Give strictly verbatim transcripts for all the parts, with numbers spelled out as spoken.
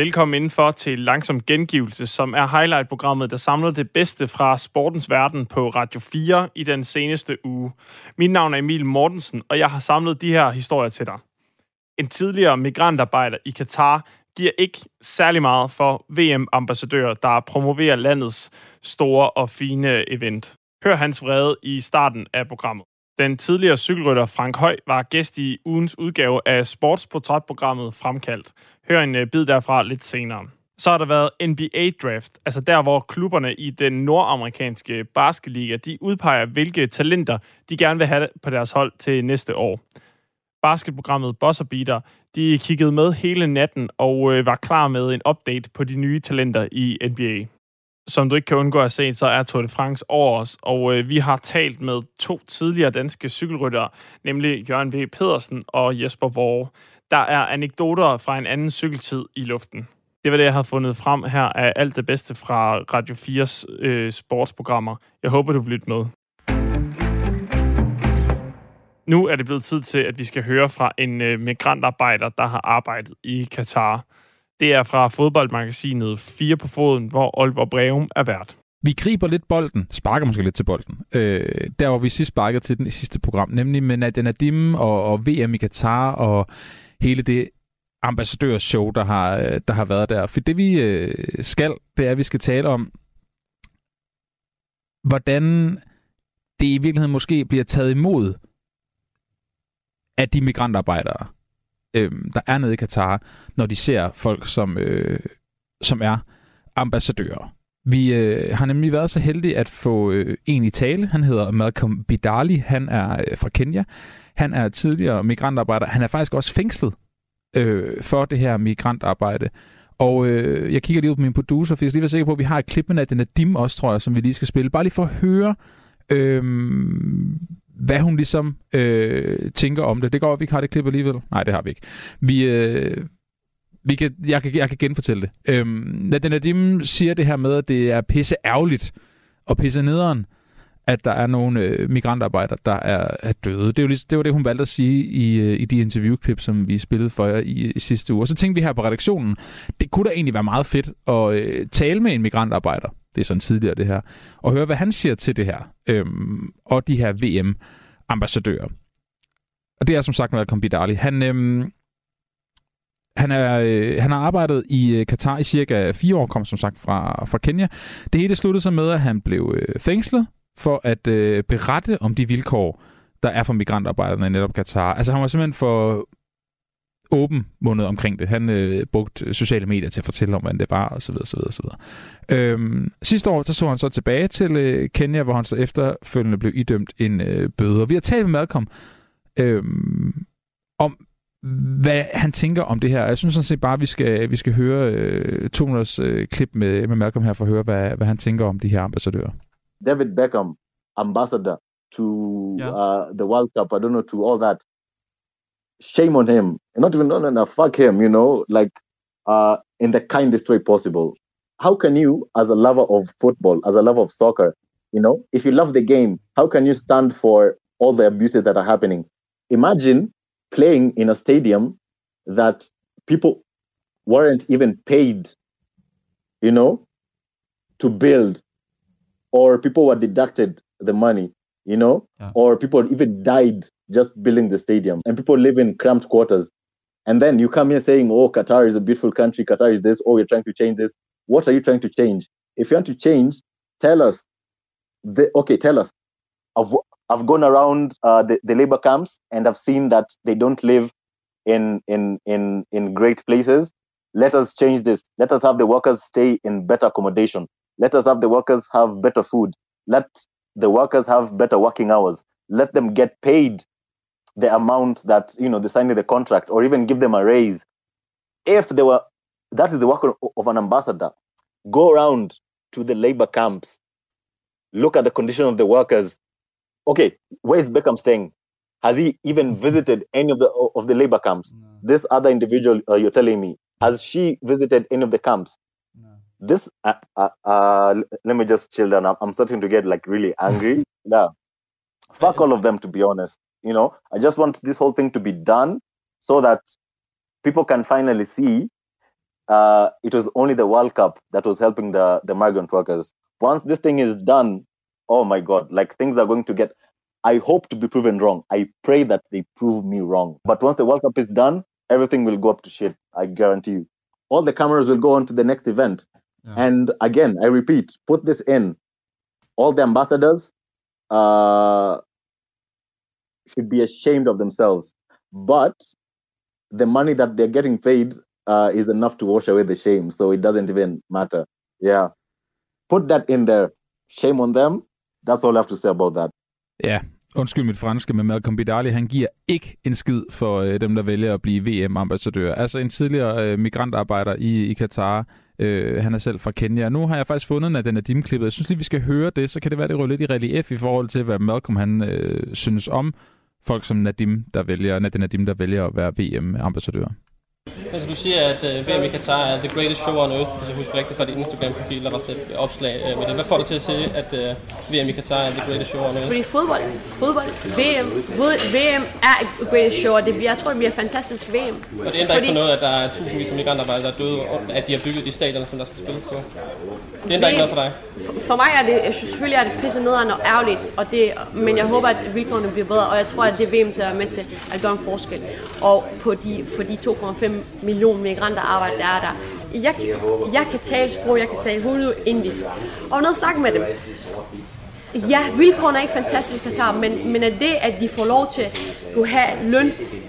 Velkommen indenfor til Langsom Gengivelse, som er highlight-programmet, der samler det bedste fra sportens verden på Radio fire i den seneste uge. Mit navn er Emil Mortensen, og jeg har samlet de her historier til dig. En tidligere migrantarbejder i Katar giver ikke særlig meget for V M-ambassadører, der promoverer landets store og fine event. Hør hans vrede i starten af programmet. Den tidligere cykelrytter Frank Høj var gæst i ugens udgave af sportsportrætprogrammet Fremkaldt. Hør en bid derfra lidt senere. Så har der været N B A-draft, altså der, hvor klubberne i den nordamerikanske basketliga, de udpeger, hvilke talenter de gerne vil have på deres hold til næste år. Basketprogrammet Buzzer Beater, de kiggede med hele natten og var klar med en update på de nye talenter i N B A. Som du ikke kan undgå at se, så er Tour de France over os, og øh, vi har talt med to tidligere danske cykelryttere, nemlig Jørgen V. Pedersen og Jesper Worre. Der er anekdoter fra en anden cykeltid i luften. Det var det, jeg har fundet frem her af alt det bedste fra Radio fires øh, sportsprogrammer. Jeg håber, du vil lytte med. Nu er det blevet tid til, at vi skal høre fra en øh, migrantarbejder, der har arbejdet i Katar. Det er fra fodboldmagasinet Fire på Foden, hvor Oliver Breum er vært. Vi griber lidt bolden, sparker måske lidt til bolden. Øh, der hvor vi sidst sparkede til den i sidste program, nemlig med Nadia Nadim og, og V M i Katar og hele det ambassadørshow, der har, der har været der. For det vi øh, skal, det er, at vi skal tale om, hvordan det i virkeligheden måske bliver taget imod af de migrantarbejdere, der er nede i Katar, når de ser folk, som, øh, som er ambassadører. Vi øh, har nemlig været så heldige at få øh, en i tale. Han hedder Malcolm Bidali. Han er øh, fra Kenya. Han er tidligere migrantarbejder. Han er faktisk også fængslet øh, for det her migrantarbejde. Og øh, jeg kigger lige ud på min producer, for jeg skal lige være sikker på, at vi har et klip med Nadia Nadim også, tror jeg, som vi lige skal spille. Bare lige for at høre, øh, hvad hun ligesom øh, tænker om det. Det går, at vi ikke har det klip alligevel. Nej, det har vi ikke. Vi, øh, vi kan, jeg, kan, jeg kan genfortælle det. Øhm, Nadia Nadim siger det her med, at det er pisse ærgerligt og pisse nederen, at der er nogle øh, migrantarbejdere, der er, er døde. Det, er jo lige, det var det, hun valgte at sige i, øh, i de interviewklip, som vi spillede for jer i, i sidste uge. Og så tænkte vi her på redaktionen, det kunne da egentlig være meget fedt at øh, tale med en migrantarbejder. Det er sådan tidligere det her. Og høre, hvad han siger til det her. Øhm, og de her V M-ambassadører. Og det er som sagt Malcolm Bidali. Han, øhm, han, er, øh, han har arbejdet i Katar i cirka fire år, kom som sagt fra, fra Kenya. Det hele sluttede så med, at han blev øh, fængslet for at øh, berette om de vilkår, der er for migrantarbejderne i netop Katar. Altså han var simpelthen for åben måned omkring det. Han øh, brugte sociale medier til at fortælle om, hvordan det var, og så videre, så videre, så videre. Øhm, sidste år, så så han så tilbage til øh, Kenya, hvor han så efterfølgende blev idømt en øh, bøde. Og vi har talt med Malcolm øh, om, hvad han tænker om det her. Jeg synes sådan set bare, at vi skal, vi skal høre øh, to minutters øh, klip med, med Malcolm her, for at høre, hvad, hvad han tænker om de her ambassadører. David Beckham, ambassador to yeah. uh, the World Cup, I don't know, to all that. Shame on him. Not even, no, no, no, fuck him, you know, like, uh, in the kindest way possible. How can you, as a lover of football, as a lover of soccer, you know, if you love the game, how can you stand for all the abuses that are happening? Imagine playing in a stadium that people weren't even paid, you know, to build, or people were deducted the money, you know, yeah. or people even died just building the stadium, and people live in cramped quarters. And then you come here saying, oh, Qatar is a beautiful country, Qatar is this, oh, you're trying to change this. What are you trying to change? If you want to change, tell us. The, okay, tell us. I've, I've gone around uh, the, the labor camps, and I've seen that they don't live in, in, in, in great places. Let us change this. Let us have the workers stay in better accommodation. Let us have the workers have better food. Let the workers have better working hours. Let them get paid the amount that, you know, they signed in the contract, or even give them a raise. If they were, that is the work of an ambassador. Go around to the labor camps. Look at the condition of the workers. Okay, where is Beckham staying? Has he even visited any of the of the labor camps? No. This other individual uh, you're telling me, has she visited any of the camps? No. This, uh, uh, uh, let me just chill down. I'm, I'm starting to get like really angry. Yeah, fuck all of them, to be honest. You know, I just want this whole thing to be done so that people can finally see uh, it was only the World Cup that was helping the, the migrant workers. Once this thing is done, oh my God, like things are going to get, I hope to be proven wrong. I pray that they prove me wrong. But once the World Cup is done, everything will go up to shit. I guarantee you. All the cameras will go on to the next event. Yeah. And again, I repeat, put this in. All the ambassadors uh, should be ashamed of themselves. But the money that they're getting paid uh, is enough to wash away the shame. So it doesn't even matter. Yeah. Put that in there. Shame on them. That's all I have to say about that. Ja, undskyld mit franske, men Malcolm Bidali, han giver ikke en skid for øh, dem, der vælger at blive V M-ambassadør. Altså en tidligere øh, migrantarbejder i, i Katar. Øh, han er selv fra Kenya. Nu har jeg faktisk fundet Nadia Nadim-klippet. Jeg synes lige, vi skal høre det, så kan det være, det ryger lidt i relief i forhold til, hvad Malcolm han øh, synes om folk som Nadim, der vælger, Nadia Nadim, der vælger at være V M-ambassadør. Altså, du siger, at uh, V M i Katar er the greatest show on earth. Altså, husk rigtigt fra din Instagram-profil, der var et opslag uh, med det. Hvad får du til at sige, at uh, V M i Katar er the greatest show on earth? Fordi fodbold, fodbold, V M, V M er the greatest show, og det bliver, jeg tror, det bliver fantastisk V M. Og det ændrer Fordi... ikke på noget, at der er tusindvis af migrantarbejdere, der er døde, og at de har bygget de stadioner, som der skal spilles på. Det ændrer ikke noget for dig? For, for mig er det, selvfølgelig er det pisse nederen og ærgerligt, og det, men jeg håber, at vilkårene bliver bedre, og jeg tror, at det V M til at være med til at gøre en forskel. Og på de, for de to komma fem millioner migranter arbejder, der er der. Jeg, jeg kan tale sprog, jeg kan tale hulu indisk, og noget at snakke med dem. Ja, vilkårene er ikke fantastisk i Katar, men, men er det, at de får lov til at kunne have løn.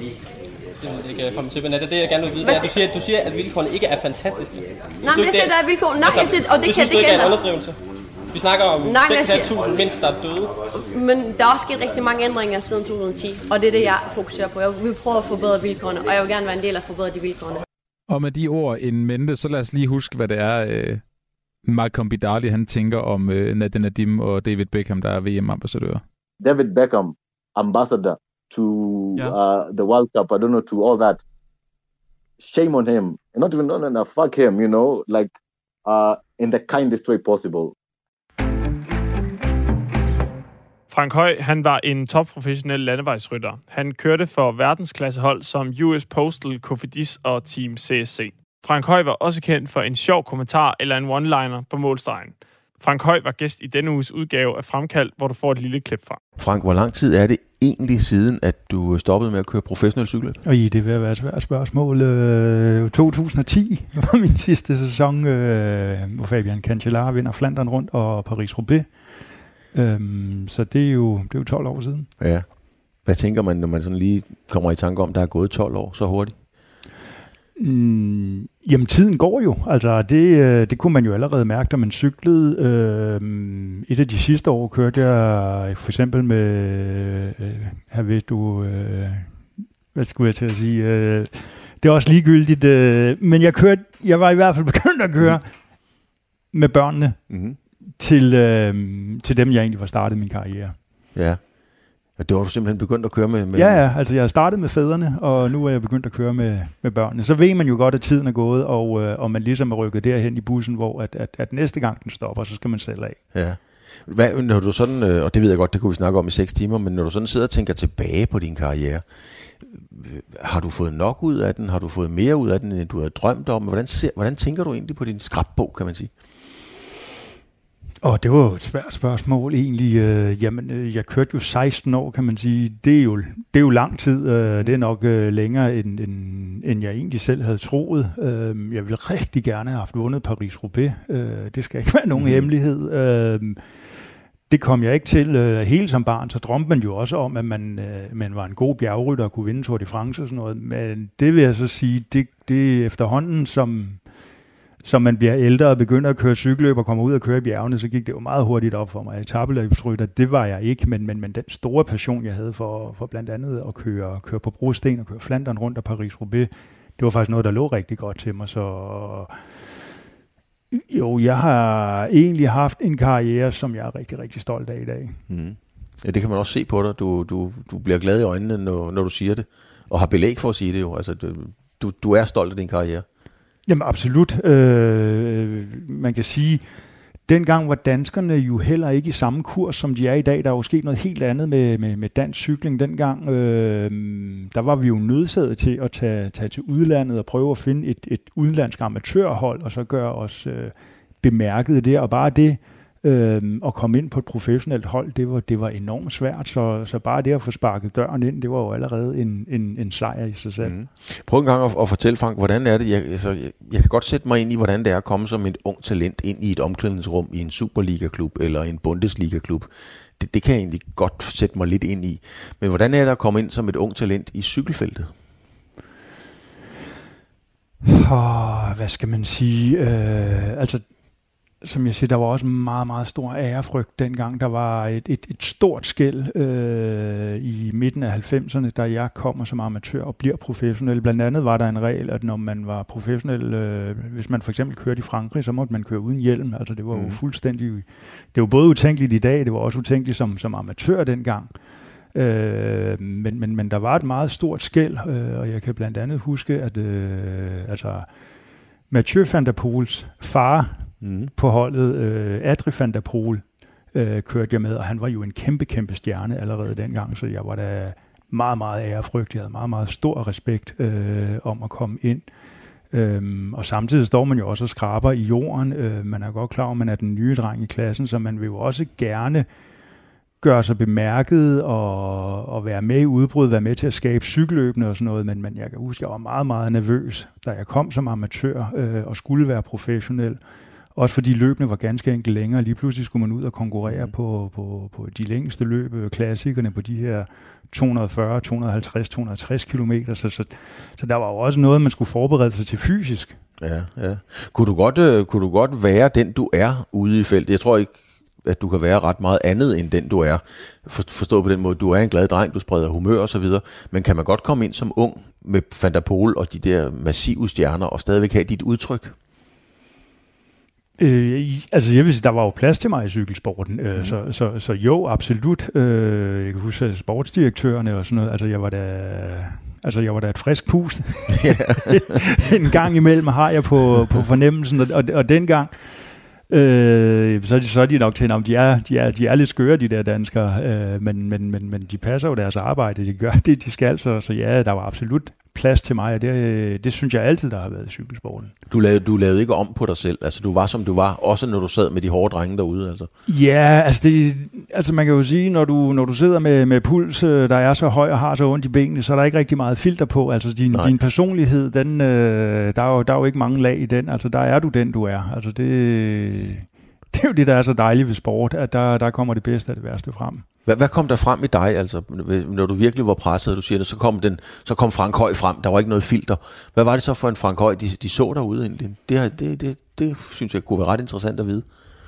Det kan komme til, men er det det, jeg gerne vil vide? Er, du, siger, du siger, at vilkårene ikke er fantastiske. Nej, men jeg siger, der er vilkår. Nej, altså, jeg siger, og det kan det ændres. Vi snakker om seks tusind mennesker, der er døde. Men der er også sket rigtig mange ændringer siden to tusind og ti, og det er det, jeg fokuserer på. Jeg vil prøve at forbedre vilkårene, og jeg vil gerne være en del af at forbedre de vilkårene. Og med de ord in mente, så lad os lige huske, hvad det er, øh, Malcolm Bidali han tænker om øh, Nadia Nadim og David Beckham, der er V M-ambassadører. David Beckham, ambassador to yeah. uh, the World Cup, I don't know, to all that. Shame on him. Not even, no, no, no, fuck him, you know, like uh, in the kindest way possible. Frank Høj, han var en topprofessionel landevejsrytter. Han kørte for verdensklassehold som U S Postal, Cofidis og Team C S C. Frank Høj var også kendt for en sjov kommentar eller en one-liner på målstregen. Frank Høj var gæst i denne uges udgave af Fremkaldt, hvor du får et lille klip fra. Frank, hvor lang tid er det egentlig siden, at du stoppede med at køre professionel cykel? Og i det vil være et svært spørgsmål. Øh, to tusind og ti var min sidste sæson, øh, hvor Fabian Cancellara vinder Flandern rundt og Paris-Roubaix. Øhm, så det er, jo, det er jo tolv år siden. Ja. Hvad tænker man, når man sådan lige kommer i tanke om, der er gået tolv år så hurtigt? Mm, jamen, tiden går jo. Altså, det, det kunne man jo allerede mærke, da man cyklede. Øhm, et af de sidste år kørte jeg for eksempel med, øh, her ved du, øh, hvad skulle jeg til at sige, øh, det er også ligegyldigt, øh, men jeg kørte, jeg var i hvert fald begyndt at køre mm. med børnene. Mm-hmm. Til, øh, til dem, jeg egentlig var startet min karriere. Ja, og det var du simpelthen begyndt at køre med? med ja, ja, altså jeg har startet med fædrene, og nu er jeg begyndt at køre med, med børnene. Så ved man jo godt, at tiden er gået, og, øh, og man ligesom er rykket derhen i bussen, hvor at, at, at næste gang den stopper, så skal man selv af. Ja. Hvad, når du sådan, og det ved jeg godt, det kunne vi snakke om i seks timer, men når du sådan sidder og tænker tilbage på din karriere, har du fået nok ud af den? Har du fået mere ud af den, end du havde drømt om? Hvordan, ser, hvordan tænker du egentlig på din skrabbog, kan man sige? Og det var jo et svært spørgsmål egentlig. Øh, jamen, øh, jeg kørte jo seksten år, kan man sige. Det er jo, det er jo lang tid. Øh, det er nok øh, længere, end, end, end jeg egentlig selv havde troet. Øh, jeg ville rigtig gerne have haft vundet Paris-Roubaix. Øh, det skal ikke være nogen mm. hemmelighed. Øh, det kom jeg ikke til. Øh, helt som barn, så drømte man jo også om, at man, øh, man var en god bjergrytter og kunne vinde Tour de France og sådan noget. Men det vil jeg så sige, det, det efterhånden som... Så man bliver ældre og begynder at køre cykelløb og kommer ud og køre i bjergene, så gik det jo meget hurtigt op for mig. Etapeløbsrytter, det var jeg ikke, men, men, men den store passion, jeg havde for, for blandt andet at køre, køre på brosten og køre Flandern rundt og Paris-Roubaix, det var faktisk noget, der lå rigtig godt til mig. Så jo, jeg har egentlig haft en karriere, som jeg er rigtig, rigtig stolt af i dag. Mm. Ja, det kan man også se på dig. Du, du, du bliver glad i øjnene, når, når du siger det, og har belæg for at sige det jo. Altså, du, du er stolt af din karriere. Jamen absolut. Øh, man kan sige, dengang var danskerne jo heller ikke i samme kurs, som de er i dag. Der er jo sket noget helt andet med, med, med dansk cykling. Dengang øh, der var vi jo nødsaget til at tage, tage til udlandet og prøve at finde et, et udenlandsk amatørhold, og så gøre os øh, bemærket der. Og bare det øh, at komme ind på et professionelt hold, det var, det var enormt svært. Så, så bare det at få sparket døren ind, det var jo allerede en, en, en sejr i sig selv. Mm. Prøv en gang at, at fortælle, Frank, hvordan er det? Jeg, altså, jeg, jeg kan godt sætte mig ind i, hvordan det er at komme som et ung talent ind i et omklædningsrum i en Superliga-klub eller en Bundesliga-klub. Det, det kan jeg egentlig godt sætte mig lidt ind i. Men hvordan er det at komme ind som et ung talent i cykelfeltet? Oh, hvad skal man sige? Uh, altså, som jeg siger, der var også en meget, meget stor ærefrygt dengang. Der var et, et, et stort skel øh, i midten af halvfemserne, da jeg kommer som amatør og bliver professionel. Blandt andet var der en regel, at når man var professionel, øh, hvis man for eksempel kørte i Frankrig, så måtte man køre uden hjelm. Altså det var jo fuldstændig... Det var både utænkeligt i dag, det var også utænkeligt som, som amatør dengang. Øh, men, men, men der var et meget stort skel, øh, og jeg kan blandt andet huske, at øh, altså, Mathieu van der Poels far mm. på holdet, øh, Adrie van der Poel, øh, kørte jeg med, og han var jo en kæmpe, kæmpe stjerne allerede dengang, så jeg var da meget, meget ærefrygt. Jeg havde meget, meget stor respekt øh, om at komme ind. Øhm, og samtidig står man jo også og skraber i jorden. Øh, man er godt klar over, at man er den nye dreng i klassen, så man vil jo også gerne gøre sig bemærket og, og være med i udbrud, være med til at skabe cykelløbene og sådan noget, men, men jeg kan huske, at jeg var meget, meget nervøs, da jeg kom som amatør øh, og skulle være professionel. Også fordi løbene var ganske enkelt længere. Lige pludselig skulle man ud og konkurrere på, på, på de længste løb, klassikerne på de her to hundrede og fyrre, to hundrede og halvtreds, to hundrede og tres kilometer. Så, så, så der var jo også noget, man skulle forberede sig til fysisk. Ja, ja. Kunne du godt, øh, kunne du godt være den, du er ude i feltet? Jeg tror ikke, at du kan være ret meget andet end den, du er. Forstået på den måde, du er en glad dreng, du spreder humør og så videre, men kan man godt komme ind som ung med Van der Poel og de der massive stjerner og stadigvæk have dit udtryk? Øh, altså jeg vil sige, der var jo plads til mig i cykelsporten, øh, mm. så, så, så jo, absolut. Øh, jeg kan huske sportsdirektørerne og sådan noget, altså jeg var da... Altså, jeg var da et frisk pust. En gang imellem har jeg på, på fornemmelsen, og, og, og dengang, øh, så, så er de nok til, at de er, de, er, de er lidt skøre, de der danskere, øh, men, men, men, men de passer jo deres arbejde, de gør det, de skal, så, så ja, der var absolut plads til mig, og det, det synes jeg altid, der har været i cykelsporten. Du lavede, du lavede ikke om på dig selv, altså du var som du var, også når du sad med de hårde drenge derude, altså? Ja, altså, det, altså man kan jo sige, når du, når du sidder med, med puls, der er så høj og har så ondt i benene, så er der ikke rigtig meget filter på, altså din, din personlighed, den, øh, der, er jo, der er jo ikke mange lag i den, altså der er du den, du er, altså det, det er jo det, der er så dejligt ved sport, at der, der kommer det bedste af det værste frem. Hvad, hvad kom der frem i dig, altså, når du virkelig var presset, du siger det, så kom, den, så kom Frank Høj frem, der var ikke noget filter. Hvad var det så for en Frank Høj, de, de så derude egentlig? Det, det, det, det synes jeg kunne være ret interessant at vide.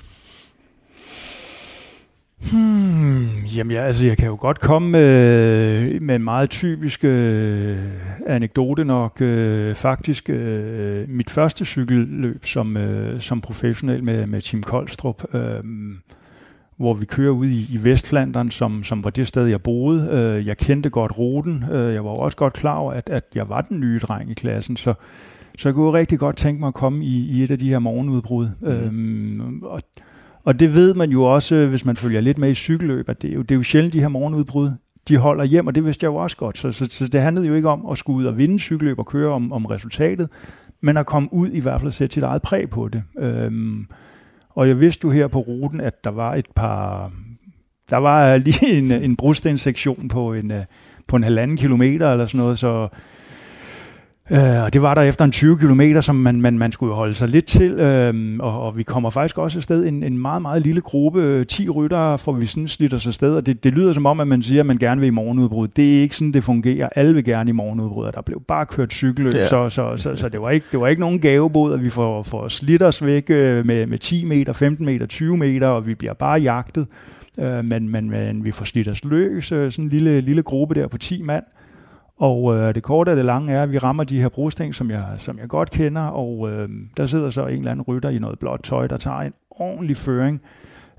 Hmm, jamen ja, altså jeg kan jo godt komme med, med en meget typisk øh, anekdote nok. Øh, faktisk øh, mit første cykelløb som, øh, som professionel med, med Team Kolstrup, øh, hvor vi kører ud i, i Vestflandern, som, som var det sted, jeg boede. Øh, jeg kendte godt ruten. Øh, jeg var også godt klar over, at, at jeg var den nye dreng i klassen, så, så jeg kunne rigtig godt tænke mig at komme i, i et af de her morgenudbrud. Mm. Øh, og Og det ved man jo også, hvis man følger lidt med i cykelløb, at det er jo, det er jo sjældent, de her morgenudbrud, de holder hjem, og det vidste jeg jo også godt. Så, så, så det handlede jo ikke om at skulle ud og vinde cykelløb og køre om, om resultatet, men at komme ud i hvert fald og sætte sit eget præg på det. Øhm, og jeg vidste jo her på ruten, at der var et par... Der var lige en, en brudstenssektion på en, på en halvanden kilometer eller sådan noget, så... Uh, og det var der efter en tyve kilometer, som man, man, man skulle holde sig lidt til, uh, og, og vi kommer faktisk også afsted en, en meget, meget lille gruppe, ti ryttere, får vi sådan slidt os afsted, og det, det lyder som om, at man siger, at man gerne vil i morgenudbrud. Det er ikke sådan, det fungerer. Alle vil gerne i morgenudbrud, og der blev bare kørt cykelløb, ja. så, så, så, så det var ikke, det var ikke nogen gavebod, at vi får, får slidt os væk uh, med, med ti meter, femten meter, tyve meter, og vi bliver bare jagtet, uh, men, men, men vi får slidt os løs, uh, sådan en lille, lille gruppe der på ti mand. Og øh, det korte af det lange er, at vi rammer de her brosten, som jeg, som jeg godt kender, og øh, der sidder så en eller anden rytter i noget blåt tøj, der tager en ordentlig føring.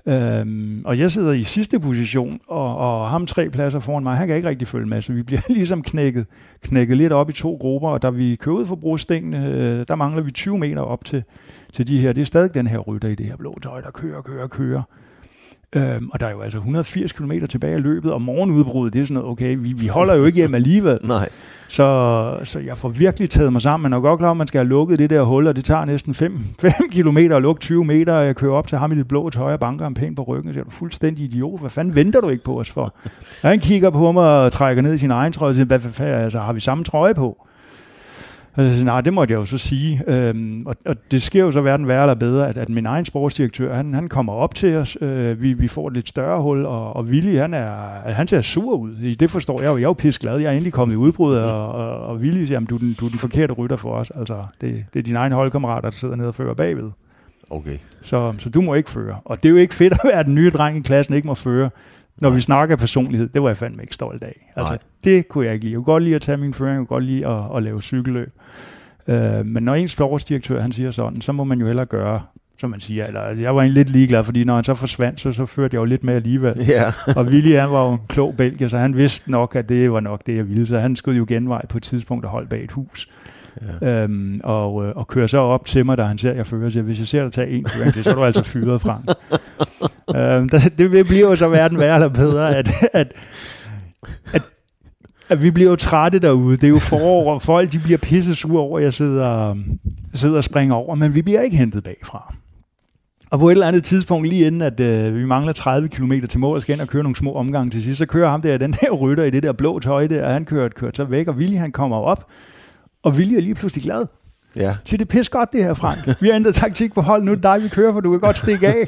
Øhm, og jeg sidder i sidste position, og, og ham tre pladser foran mig, han kan ikke rigtig følge med, så vi bliver ligesom knækket, knækket lidt op i to grupper, og da vi kører ud for brostenene, øh, der mangler vi tyve meter op til, til de her. Det er stadig den her rytter i det her blå tøj, der kører, kører, kører. Øhm, og der er jo altså et hundrede og firs kilometer tilbage i løbet, og morgenudbruddet, det er sådan noget, okay, vi, vi holder jo ikke hjem alligevel. Nej. Så, så jeg får virkelig taget mig sammen. Man er godt klar, at man skal have lukket det der hul, og det tager næsten fem kilometer at lukke tyve meter, og jeg kører op til ham i det blå tøj og banker ham pænt på ryggen, og siger, du er fuldstændig idiot. Hvad fanden venter du ikke på os for? Og han kigger på mig og trækker ned i sin egen trøje og siger, hvad fanden, altså, har vi samme trøje på? Og jeg siger, nej, det måtte jeg jo så sige. Øhm, og, og det sker jo så hverken værre eller bedre, at, at min egen sportsdirektør, han, han kommer op til os. Øh, vi, vi får et lidt større hul, og, og Willy, han, er, han ser sur ud. Det forstår jeg jo. Jeg er jo pisseglad. Jeg er endelig kommet i udbrud, og, og, og Willy siger, du er, den, du er den forkerte rytter for os. Altså, det, det er dine egne holdkammerater, der sidder nede og fører bagved. Okay. Så, så du må ikke føre. Og det er jo ikke fedt at være den nye dreng i klassen, ikke må føre. Når Nej. vi snakker personlighed, det var jeg fandme ikke stolt af. Altså, det kunne jeg ikke lide. Jeg kunne godt lide at tage min føring, jeg kunne godt lide at, at lave cykelløb. Uh, men når en sportsdirektør, han siger sådan, så må man jo hellere gøre, som man siger. Eller, jeg var egentlig lidt ligeglad, fordi når han så forsvandt, så, så førte jeg jo lidt med alligevel. Yeah. Og Willy, han var jo en klog belgier, så han vidste nok, at det var nok det, jeg ville. Så han skulle jo genvej på et tidspunkt og holde bag et hus. Yeah. Um, og, og kører så op til mig, da han ser, at jeg fører, og siger, hvis jeg ser dig tage en føring til, så er du altså fyret frem. um, det, det bliver jo så hverken værre eller bedre, at, at, at at vi bliver jo trætte derude. Det er jo forår, og folk de bliver pisse sure over, at jeg sidder, sidder og springer over, men vi bliver ikke hentet bagfra. Og på et eller andet tidspunkt, lige inden at øh, vi mangler tredive kilometer til mål og skal ind og køre nogle små omgange til sidst, så kører ham der, den der rytter i det der blå tøj der, og han kører, kører så væk, og Willy han kommer op, og Willy er lige pludselig glad. Ja. Så det er pisse godt det her, Frank. Vi har ændret taktik på hold, nu er det dig, vi kører, for du kan godt stikke af.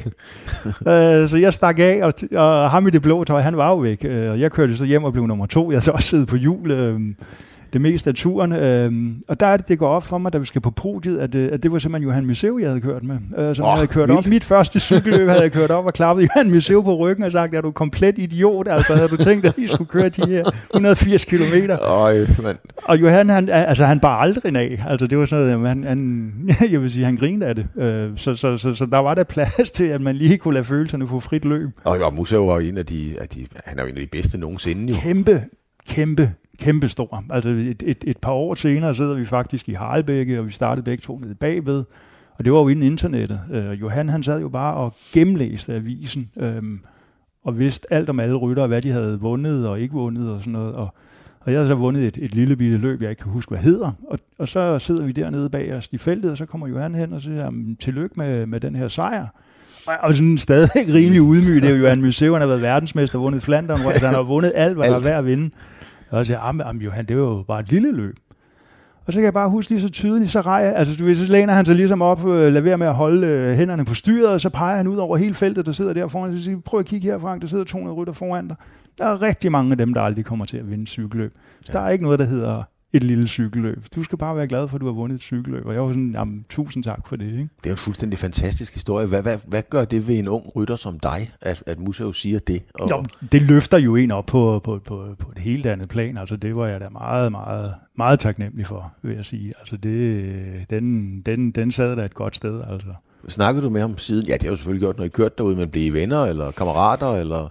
uh, så jeg stak af, og, t- og ham i det blå tøj, han var jo væk. Uh, og jeg kørte så hjem og blev nummer to. Jeg har så også siddet på hjul uh, det meste af turen. Uh, og der er det, det går op for mig, da vi skal på podiet, at, uh, at det var simpelthen Johan Museeuw, jeg havde kørt med. Uh, som oh, jeg havde kørt vildt. op. Mit første cykelløb havde jeg kørt op og klappet Johan Museeuw på ryggen og sagt, er du komplet idiot? Altså havde du tænkt, at I skulle køre de her et hundrede og firs kilometer? Øj, mand. Og Johan, han, altså, han bar aldrig af. Altså, det var sådan noget, han, han, jeg vil sige, han grinede af det. Uh, så, så, så, så der var der plads til, at man lige kunne lade følelserne få frit løb. Og, og Museeuw var jo en af de, af de, han er jo en af de bedste nogensinde. Jo. Kæmpe, kæmpe, kæmpe stor. Altså, et, et, et par år senere sidder vi faktisk i Harlebække, og vi startede begge to nede bagved. Og det var jo inden internettet. Uh, Johan, han sad jo bare og gennemlæste avisen, um, og vidste alt om alle ryttere, hvad de havde vundet og ikke vundet og sådan noget. Og Og jeg har så vundet et, et lille bitte løb, jeg ikke kan huske, hvad hedder. Og, og så sidder vi dernede bag os i feltet, og så kommer Johan hen og siger, tillykke med, med den her sejr. Og jeg er sådan stadig rimelig ydmyg. Det er jo Johan Museeuw, han har været verdensmester, vundet Flandern, hvor han har vundet alt, hvad alt. der er værd at vinde. Og så siger jeg, Johan, det var jo bare et lille løb. Og så kan jeg bare huske lige så tydeligt, så rejer, altså du ved, så læner han sig ligesom op, øh, lader være med at holde øh, hænderne på styret, og så peger han ud over hele feltet, der sidder der foran, og så siger, prøv at kigge her, Frank, der sidder to hundrede rytter foran dig. Der er rigtig mange af dem, der aldrig kommer til at vinde cykelløb. Så ja. Der er ikke noget, der hedder et lille cykelløb. Du skal bare være glad for, at du har vundet et cykelløb. Og jeg var sådan, jamen, tusind tak for det. Ikke? Det er jo en fuldstændig fantastisk historie. Hvad, hvad, hvad gør det ved en ung rytter som dig, at, at Museeuw siger det? Og... Jo, det løfter jo en op på, på, på, på et helt andet plan. Altså, det var jeg da meget, meget, meget taknemmelig for, vil jeg sige. Altså, det, den, den, den sad der et godt sted, altså. Snakkede du med ham siden? Ja, det har jo selvfølgelig gjort, når I kørte derude, men blev I venner eller kammerater? Eller?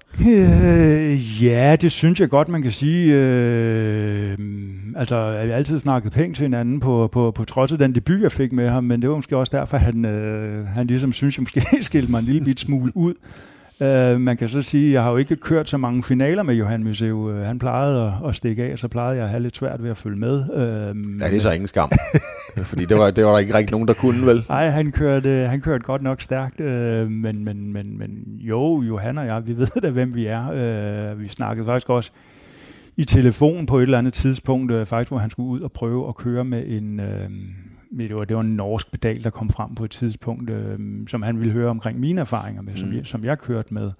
Øh, ja, det synes jeg godt, man kan sige. Øh, altså, jeg har altid snakket pænt til hinanden på, på, på trods af den debut, jeg fik med ham, men det var måske også derfor, han, øh, han ligesom synes, jeg måske skilte mig en lille bit smule ud. Uh, man kan så sige, at jeg har jo ikke kørt så mange finaler med Johan Museeuw. Uh, han plejede at, at stikke af, så plejede jeg at have lidt svært ved at følge med. Uh, ja, det er så ingen skam. Fordi det var, det var der ikke rigtig nogen, der kunne, vel? Nej, han kørte, han kørte godt nok stærkt. Uh, men, men, men, men jo, Johan og jeg, vi ved da, hvem vi er. Uh, vi snakkede faktisk også i telefon på et eller andet tidspunkt, uh, faktisk, hvor han skulle ud og prøve at køre med en... Uh, Det var, det var en norsk pedal, der kom frem på et tidspunkt, øh, som han ville høre omkring mine erfaringer med, mm. som, jeg, som jeg kørte med.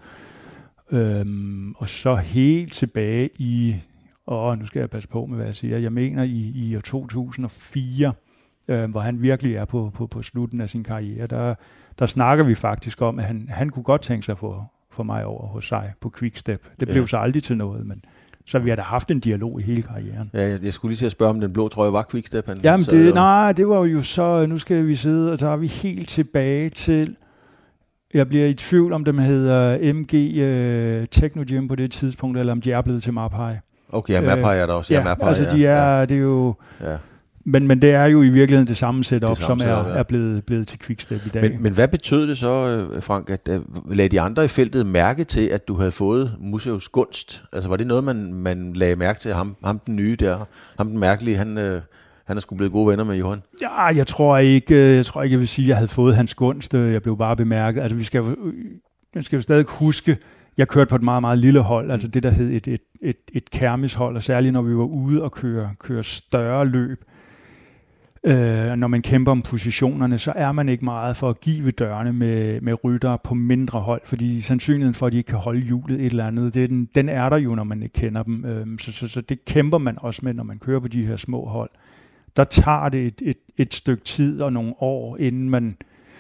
Øhm, og så helt tilbage i, åh, nu skal jeg passe på med, hvad jeg siger, jeg mener i, i år to tusind og fire, øh, hvor han virkelig er på, på, på slutten af sin karriere, der, der snakker vi faktisk om, at han, han kunne godt tænke sig for, for mig over hos sig på Quickstep. Det blev ja. så aldrig til noget, men... Så vi har da haft en dialog i hele karrieren. Ja, jeg, jeg skulle lige til at spørge, om den blå trøje var Quickstep. Han Jamen, det, nej, det var jo så, nu skal vi sidde, og så er vi helt tilbage til, Jeg bliver i tvivl, om dem hedder M G uh, Technogym på det tidspunkt, eller om de er blevet til Mapai. Okay, ja, Mapai er der også. Ja, ja Mapai, altså de er, ja. det er jo... Ja. Men, men det er jo i virkeligheden det samme setup, det samme som er, setup, ja. er blevet, blevet til Quickstep i dag. Men, men hvad betød det så, Frank, at uh, lagde de andre i feltet mærke til, at du havde fået Museus gunst? Altså var det noget, man, man lagde mærke til? Ham, ham den nye der, ham den mærkelige, han, uh, han er sgu blevet gode venner med Johan? Ja, jeg tror ikke, jeg tror ikke, jeg vil sige, at jeg havde fået hans gunst. Jeg blev bare bemærket. Altså vi skal jo, man skal jo stadig huske, jeg kørte på et meget, meget lille hold, altså det, der hed et, et, et, et kermishold, og særligt når vi var ude og køre, køre større løb. Øh, når man kæmper om positionerne, så er man ikke meget for at give ved dørene med, med ryttere på mindre hold, fordi sandsynligheden for, at de ikke kan holde hjulet et eller andet, det er den, den er der jo, når man ikke kender dem. Øh, så, så, så det kæmper man også med, når man kører på de her små hold. Der tager det et, et, et stykke tid og nogle år, inden man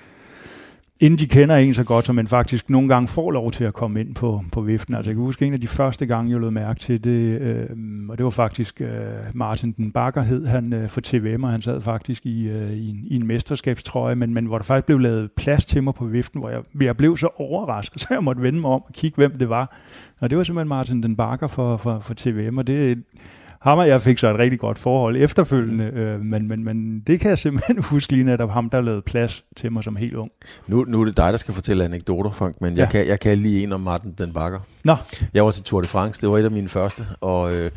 inden de kender en så godt, som man faktisk nogle gange får lov til at komme ind på, på viften. Altså jeg kan huske en af de første gange, jeg lød mærke til det, øh, og det var faktisk øh, Martin den Bakker hed han øh, for T V M, og han sad faktisk i, øh, i, en, i en mesterskabstrøje, men, men hvor der faktisk blev lavet plads til mig på viften, hvor jeg, jeg blev så overrasket, så jeg måtte vende mig om og kigge, hvem det var. Og det var simpelthen Martin den Bakker for, for, for T V M, og det ham og jeg fik så et rigtig godt forhold efterfølgende, øh, men, men, men det kan jeg simpelthen huske lige netop ham, der lavede plads til mig som helt ung. Nu, nu er det dig, der skal fortælle anekdoter, Frank, men ja. jeg, kan, jeg kan lige en om Martin den Bakker. Nå. Jeg var til Tour de France, det var et af mine første, og øh,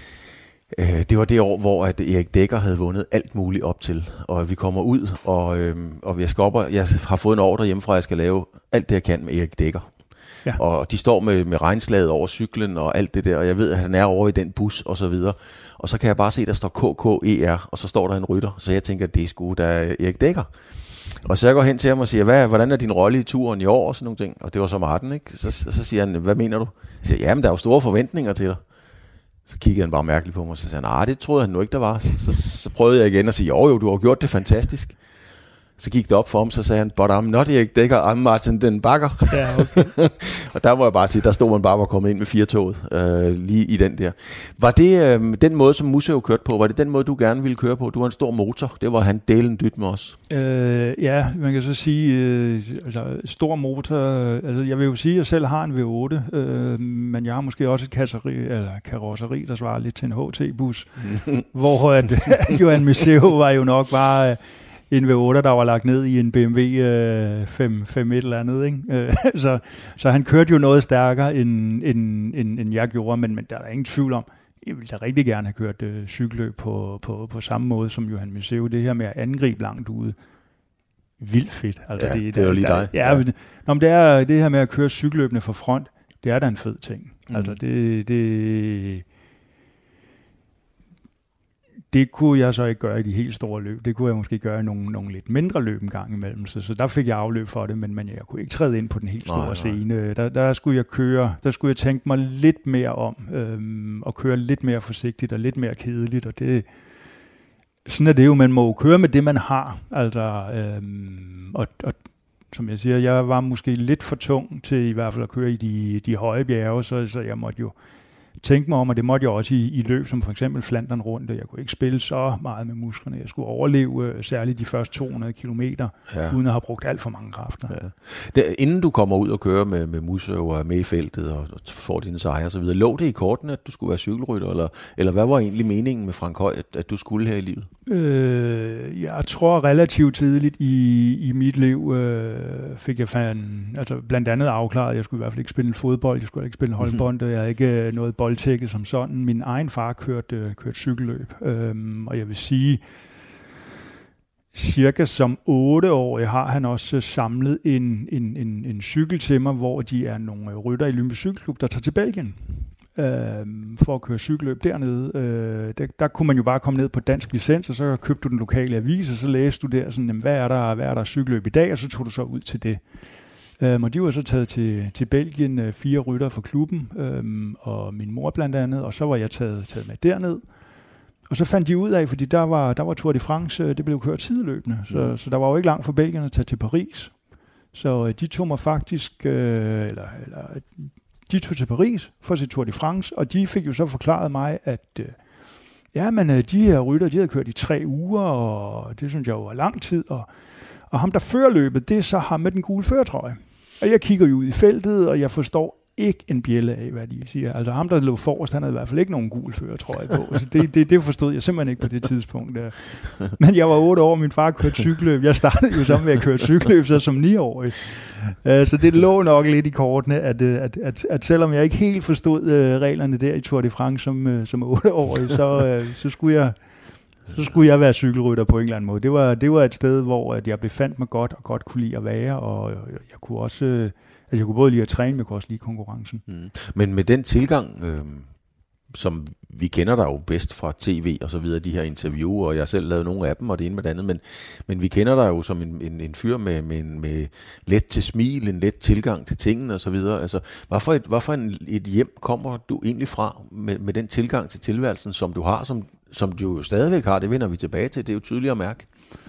øh, det var det år, hvor at Erik Dekker havde vundet alt muligt op til, og vi kommer ud, og, øh, og jeg, skal op, og jeg har fået en ordre hjemmefra, at jeg skal lave alt det, jeg kan med Erik Dekker. Ja. Og de står med, med regnslaget over cyklen og alt det der, og jeg ved, at han er over i den bus og så videre. Og så kan jeg bare se, at der står K K E R, og så står der en rytter. Så jeg tænker, at det er sgu da Erik Dekker. Og så jeg går hen til ham og siger, hvad, hvordan er din rolle i turen i år og sådan nogle ting? Og det var så Martin, ikke? Så, så siger han, hvad mener du? Jeg siger, jamen der er jo store forventninger til dig. Så kiggede han bare mærkeligt på mig, og så sagde han, nej, det troede han nu ikke, der var. Så, så, så prøvede jeg igen at sige, jo jo, du har gjort det fantastisk. Så gik det op for ham, så sagde han, but I'm not Erik Dekker, I'm Martin den Bakker. Ja, okay. Og der må jeg bare sige, der stod man bare og kommet ind med firetoget, øh, lige i den der. Var det øh, den måde, som Museo kørte på, var det den måde, du gerne ville køre på? Du var en stor motor, det var han delen dyt med os. Øh, ja, man kan så sige, øh, altså stor motor, altså jeg vil jo sige, at jeg selv har en V otte, øh, men jeg har måske også et kasseri, eller karosseri, der svarer lidt til en H T-bus, hvor at, Johan Museo var jo nok bare... Øh, en V otte, der var lagt ned i en B M W øh, fem fem et eller andet. Ikke? så, så han kørte jo noget stærkere, end, end, end, end jeg gjorde, men, men der er ingen tvivl om, jeg ville da rigtig gerne have kørt øh, cykelløb på, på, på samme måde som Johan Museo. Det her med at angribe langt ude, vildt fedt. Altså, ja, det, det er jo lige der, dig. Ja, ja. Nå, men det, er, det her med at køre cykelløbene fra front, det er da en fed ting. Mm. Altså det... det Det kunne jeg så ikke gøre i de helt store løb. Det kunne jeg måske gøre i nogle, nogle lidt mindre løb en gang imellem. Så, så der fik jeg afløb for det, men, men jeg kunne ikke træde ind på den helt store nej, nej. scene. Der, der skulle jeg køre, der skulle jeg tænke mig lidt mere om, øhm, og køre lidt mere forsigtigt og lidt mere kedeligt. Og det, sådan er det jo, man må køre med det, man har. Altså, øhm, og, og som jeg siger, jeg var måske lidt for tung til i hvert fald at køre i de, de høje bjerge, så, så jeg måtte jo tænke mig om, og det måtte jeg også i, i løb, som for eksempel Flandern rundt. Jeg kunne ikke spille så meget med musklerne. Jeg skulle overleve øh, særligt de første to hundrede kilometer, ja. uden at have brugt alt for mange kræfter. Ja. Det, inden du kommer ud og kører med, med Museo og er med i feltet og, og får dine sejre og så videre, lå det i kortene, at du skulle være cykelrytter, eller, eller hvad var egentlig meningen med Frank Høj, at, at du skulle her i livet? Øh, jeg tror relativt tidligt i, i mit liv øh, fik jeg fan, altså blandt andet afklaret, jeg skulle i hvert fald ikke spille fodbold, jeg skulle ikke spille holdbold, jeg havde ikke noget boldtække som sådan. Min egen far kørte, kørte cykelløb, øhm, og jeg vil sige, cirka som otte år har han også samlet en, en, en, en cykel til mig, hvor de er nogle rytter i Lyngby Cykelklub, der tager til Belgien øhm, for at køre cykelløb dernede. Øh, der, der kunne man jo bare komme ned på dansk licens, og så købte du den lokale avis, og så læste du der, sådan, jamen, hvad er der, hvad er der cykelløb i dag, og så tog du så ud til det. Øhm, og de var så taget til, til Belgien, øh, fire rytter fra klubben, øhm, og min mor blandt andet, og så var jeg taget, taget med derned. Og så fandt de ud af, fordi der var, der var Tour de France, øh, det blev kørt sideløbende, så, mm. så der var jo ikke langt fra Belgien at tage til Paris. Så øh, de tog mig faktisk, øh, eller, eller de tog til Paris for at se Tour de France, og de fik jo så forklaret mig, at øh, ja, men øh, de her rytter, de havde kørt i tre uger, og det synes jeg jo var lang tid, og Og ham, der fører løbet, det er så ham med den gule førertrøje. Og jeg kigger jo ud i feltet, og jeg forstår ikke en bjælle af, hvad de siger. Altså ham, der lå forrest, han havde i hvert fald ikke nogen gul fører, tror jeg på. Så det, det, det forstod jeg simpelthen ikke på det tidspunkt. Der. Men jeg var otte år, min far kørte cykelløb. Jeg startede jo sammen med at køre cykelløb, så som niårig. Uh, så det lå nok lidt i kortene, at, at, at, at selvom jeg ikke helt forstod uh, reglerne der i Tour de France som, uh, som otteårig, så, uh, så skulle jeg så skulle jeg være cykelrytter på en eller anden måde. Det var, det var et sted, hvor at jeg befandt mig godt og godt kunne lide at være, og jeg, jeg kunne også... Uh, Altså, jeg kunne både lide at træne, men jeg kunne også lide konkurrencen. Mm. Men med den tilgang, øh, som vi kender dig jo bedst fra tv og så videre, de her interviewer, og jeg har selv lavet nogle af dem, og det ene med det andet, men, men vi kender dig jo som en, en, en fyr med, med, med let til smil, en let tilgang til tingene og så videre. Altså, hvorfor et, hvorfor en, et hjem kommer du egentlig fra med, med den tilgang til tilværelsen, som du har, som, som du jo stadigvæk har? Det vender vi tilbage til, det er jo tydeligt at mærke.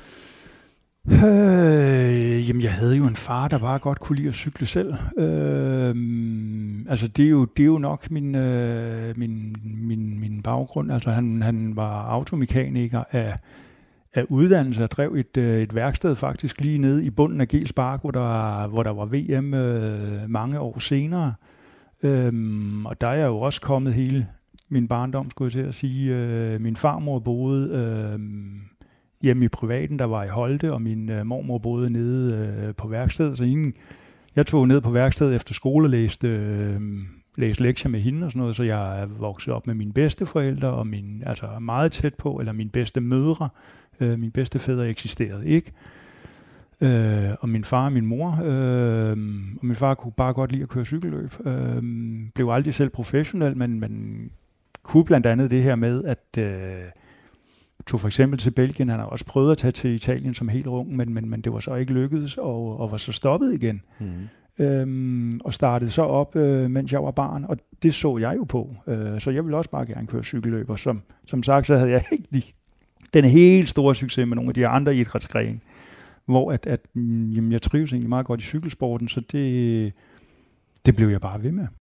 Øh, jamen, jeg havde jo en far, der bare godt kunne lide at cykle selv. Øh, altså, det er, jo, det er jo nok min, øh, min, min, min baggrund. Altså, han, han var automekaniker af, af uddannelse og drev et, et værksted faktisk lige nede i bunden af Gels Park, hvor der, hvor der var V M øh, mange år senere. Øh, og der er jeg jo også kommet hele min barndom, skulle jeg til at sige. Øh, min farmor boede... Øh, hjemme i privaten, der var i Holte, og min øh, mormor boede nede øh, på værkstedet, så ingen, jeg tog ned på værkstedet efter skole og læste, øh, læste lektier med hende og sådan noget, så jeg er vokset op med mine bedsteforældre, og min, altså meget tæt på, eller mine bedste mødre. Øh, mine bedstefædre eksisterede ikke. Øh, og min far og min mor, øh, og min far kunne bare godt lide at køre cykelløb. Øh, blev aldrig selv professionel, men man kunne blandt andet det her med, at øh, tog for eksempel til Belgien. Han har også prøvet at tage til Italien som helt ung, men, men, men det var så ikke lykkedes, og, og var så stoppet igen. Mm. Øhm, og startede så op, øh, mens jeg var barn, og det så jeg jo på. Øh, så jeg ville også bare gerne køre cykelløb, og som, som sagt, så havde jeg ikke de, den helt store succes med nogle af de andre idrætsgrene, hvor at, at, jamen, jeg trives egentlig meget godt i cykelsporten, så det, det blev jeg bare ved med.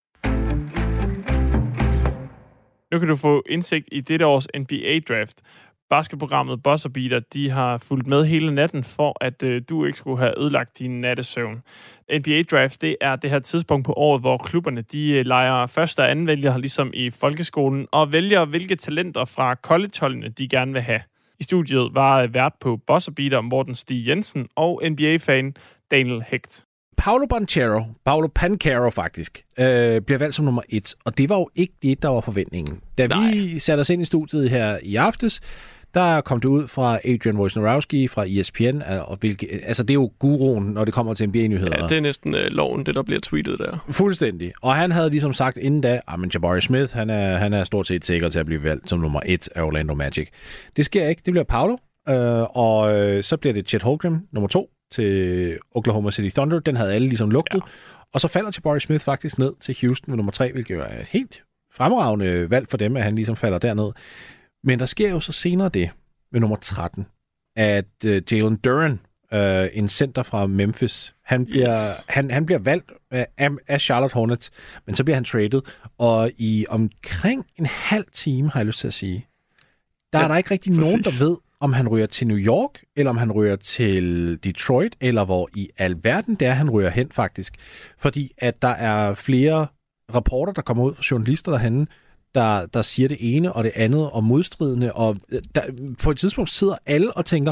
Nu kan du få indsigt i dette års N B A-draft. Basketprogrammet Buzzer Beater, de har fulgt med hele natten, for at øh, du ikke skulle have ødelagt din nattesøvn. N B A-draft, det er det her tidspunkt på året, hvor klubberne de øh, leger første og anden vælger, ligesom i folkeskolen, og vælger, hvilke talenter fra collegeholdene de gerne vil have. I studiet var øh, vært på Buzzer Beater Morten Stig Jensen og N B A-fan Daniel Hecht. Paolo Banchero, Paolo Pancaro faktisk, øh, bliver valgt som nummer et, og det var jo ikke det, der var forventningen. Da Nej. vi satte os ind i studiet her i aftes, der kom det ud fra Adrian Wojnarowski fra E S P N, og hvilke, altså det er jo guruen, når det kommer til N B A-nyheder. Ja, det er næsten øh, loven, det der bliver tweetet der. Fuldstændig. Og han havde ligesom sagt inden da, at Jabari Smith, han er, han er stort set sikker til at blive valgt som nummer et af Orlando Magic. Det sker ikke, det bliver Paolo, øh, og øh, så bliver det Chet Holmgren nummer to til Oklahoma City Thunder. Den havde alle ligesom lugtet. Ja. Og så falder Jabari Smith faktisk ned til Houston med nummer tre, hvilket er et helt fremragende valg for dem, at han ligesom falder derned. Men der sker jo så senere det med nummer tretten, at uh, Jalen Duren, uh, en center fra Memphis, han bliver, yes. han, han bliver valgt af, af Charlotte Hornets, men så bliver han traded, og i omkring en halv time, har jeg lyst til at sige, der ja, er der ikke rigtig præcis. nogen, der ved, om han ryger til New York, eller om han ryger til Detroit, eller hvor i alverden det er, han ryger hen faktisk. Fordi at der er flere rapporter, der kommer ud fra journalister derhenne, der, der siger det ene og det andet og modstridende, og der, på et tidspunkt sidder alle og tænker,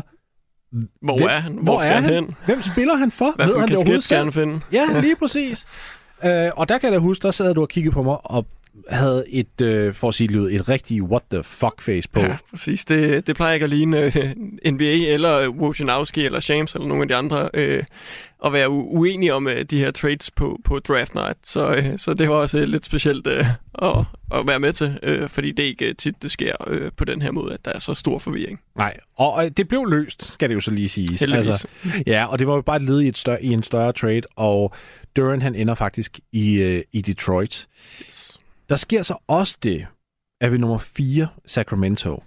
hvor hvem, er han? Hvor, hvor skal er han hen? Hvem spiller han for? Hvad ved han det overhovedet skal han finde? Ja, lige præcis. uh, og der kan jeg da huske, der sad du og kiggede på mig, og havde et, øh, for at sige det, et rigtig what the fuck face på. Ja, præcis. Det, det plejer ikke at ligne øh, N B A eller Wojnarowski eller Shams eller nogle af de andre øh, at være u- uenige om øh, de her trades på, på draft night. Så, øh, så det var også øh, lidt specielt øh, at, at være med til, øh, fordi det ikke tit det sker øh, på den her måde, at der er så stor forvirring. Nej, og øh, det blev løst, skal det jo så lige siges. Heldigvis. Altså, ja, og det var jo bare et led i, et større, i en større trade, og Duren han ender faktisk i, øh, i Detroit. Yes. Der sker så også det, at ved nummer fire, Sacramento,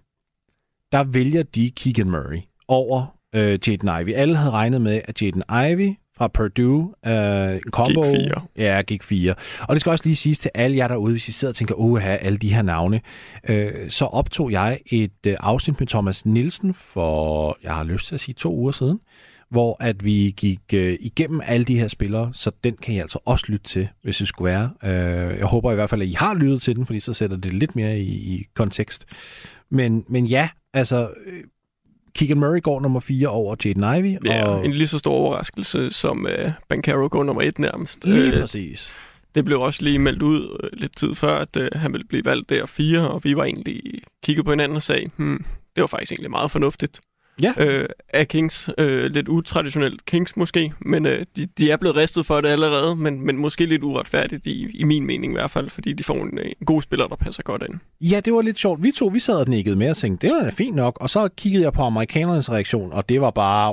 der vælger de Keegan Murray over øh, Jaden Ivey. Alle havde regnet med, at Jaden Ivey fra Purdue, øh, en combo, gik fire. Ja, gik fire. Og det skal også lige siges til alle jer derude, hvis I sidder og tænker, åh, have alle de her navne. Øh, så optog jeg et øh, afsnit med Thomas Nielsen for, jeg har lyst til at sige, to uger siden, hvor at vi gik øh, igennem alle de her spillere, så den kan I altså også lytte til, hvis det skulle være. Øh, jeg håber i hvert fald, at I har lyttet til den, fordi så sætter det lidt mere i, i kontekst. Men, men ja, altså... Øh, Keegan Murray går nummer fire over Jaden Ivey. Ja, og... en lige så stor overraskelse, som uh, Banchero går nummer et nærmest. Lige uh, præcis. Det blev også lige meldt ud uh, lidt tid før, at uh, han ville blive valgt der fire, og vi var egentlig kigget på hinanden og sagde, hmm, det var faktisk egentlig meget fornuftigt. Ja. Uh, af Kings. Uh, lidt utraditionelt Kings måske, men uh, de, de er blevet ristet for det allerede, men, men måske lidt uretfærdigt i, i min mening i hvert fald, fordi de får en, en god spiller, der passer godt ind. Ja, det var lidt sjovt. Vi to, vi sad og nikkede med og tænkte, det var da fint nok, og så kiggede jeg på amerikanernes reaktion, og det var bare...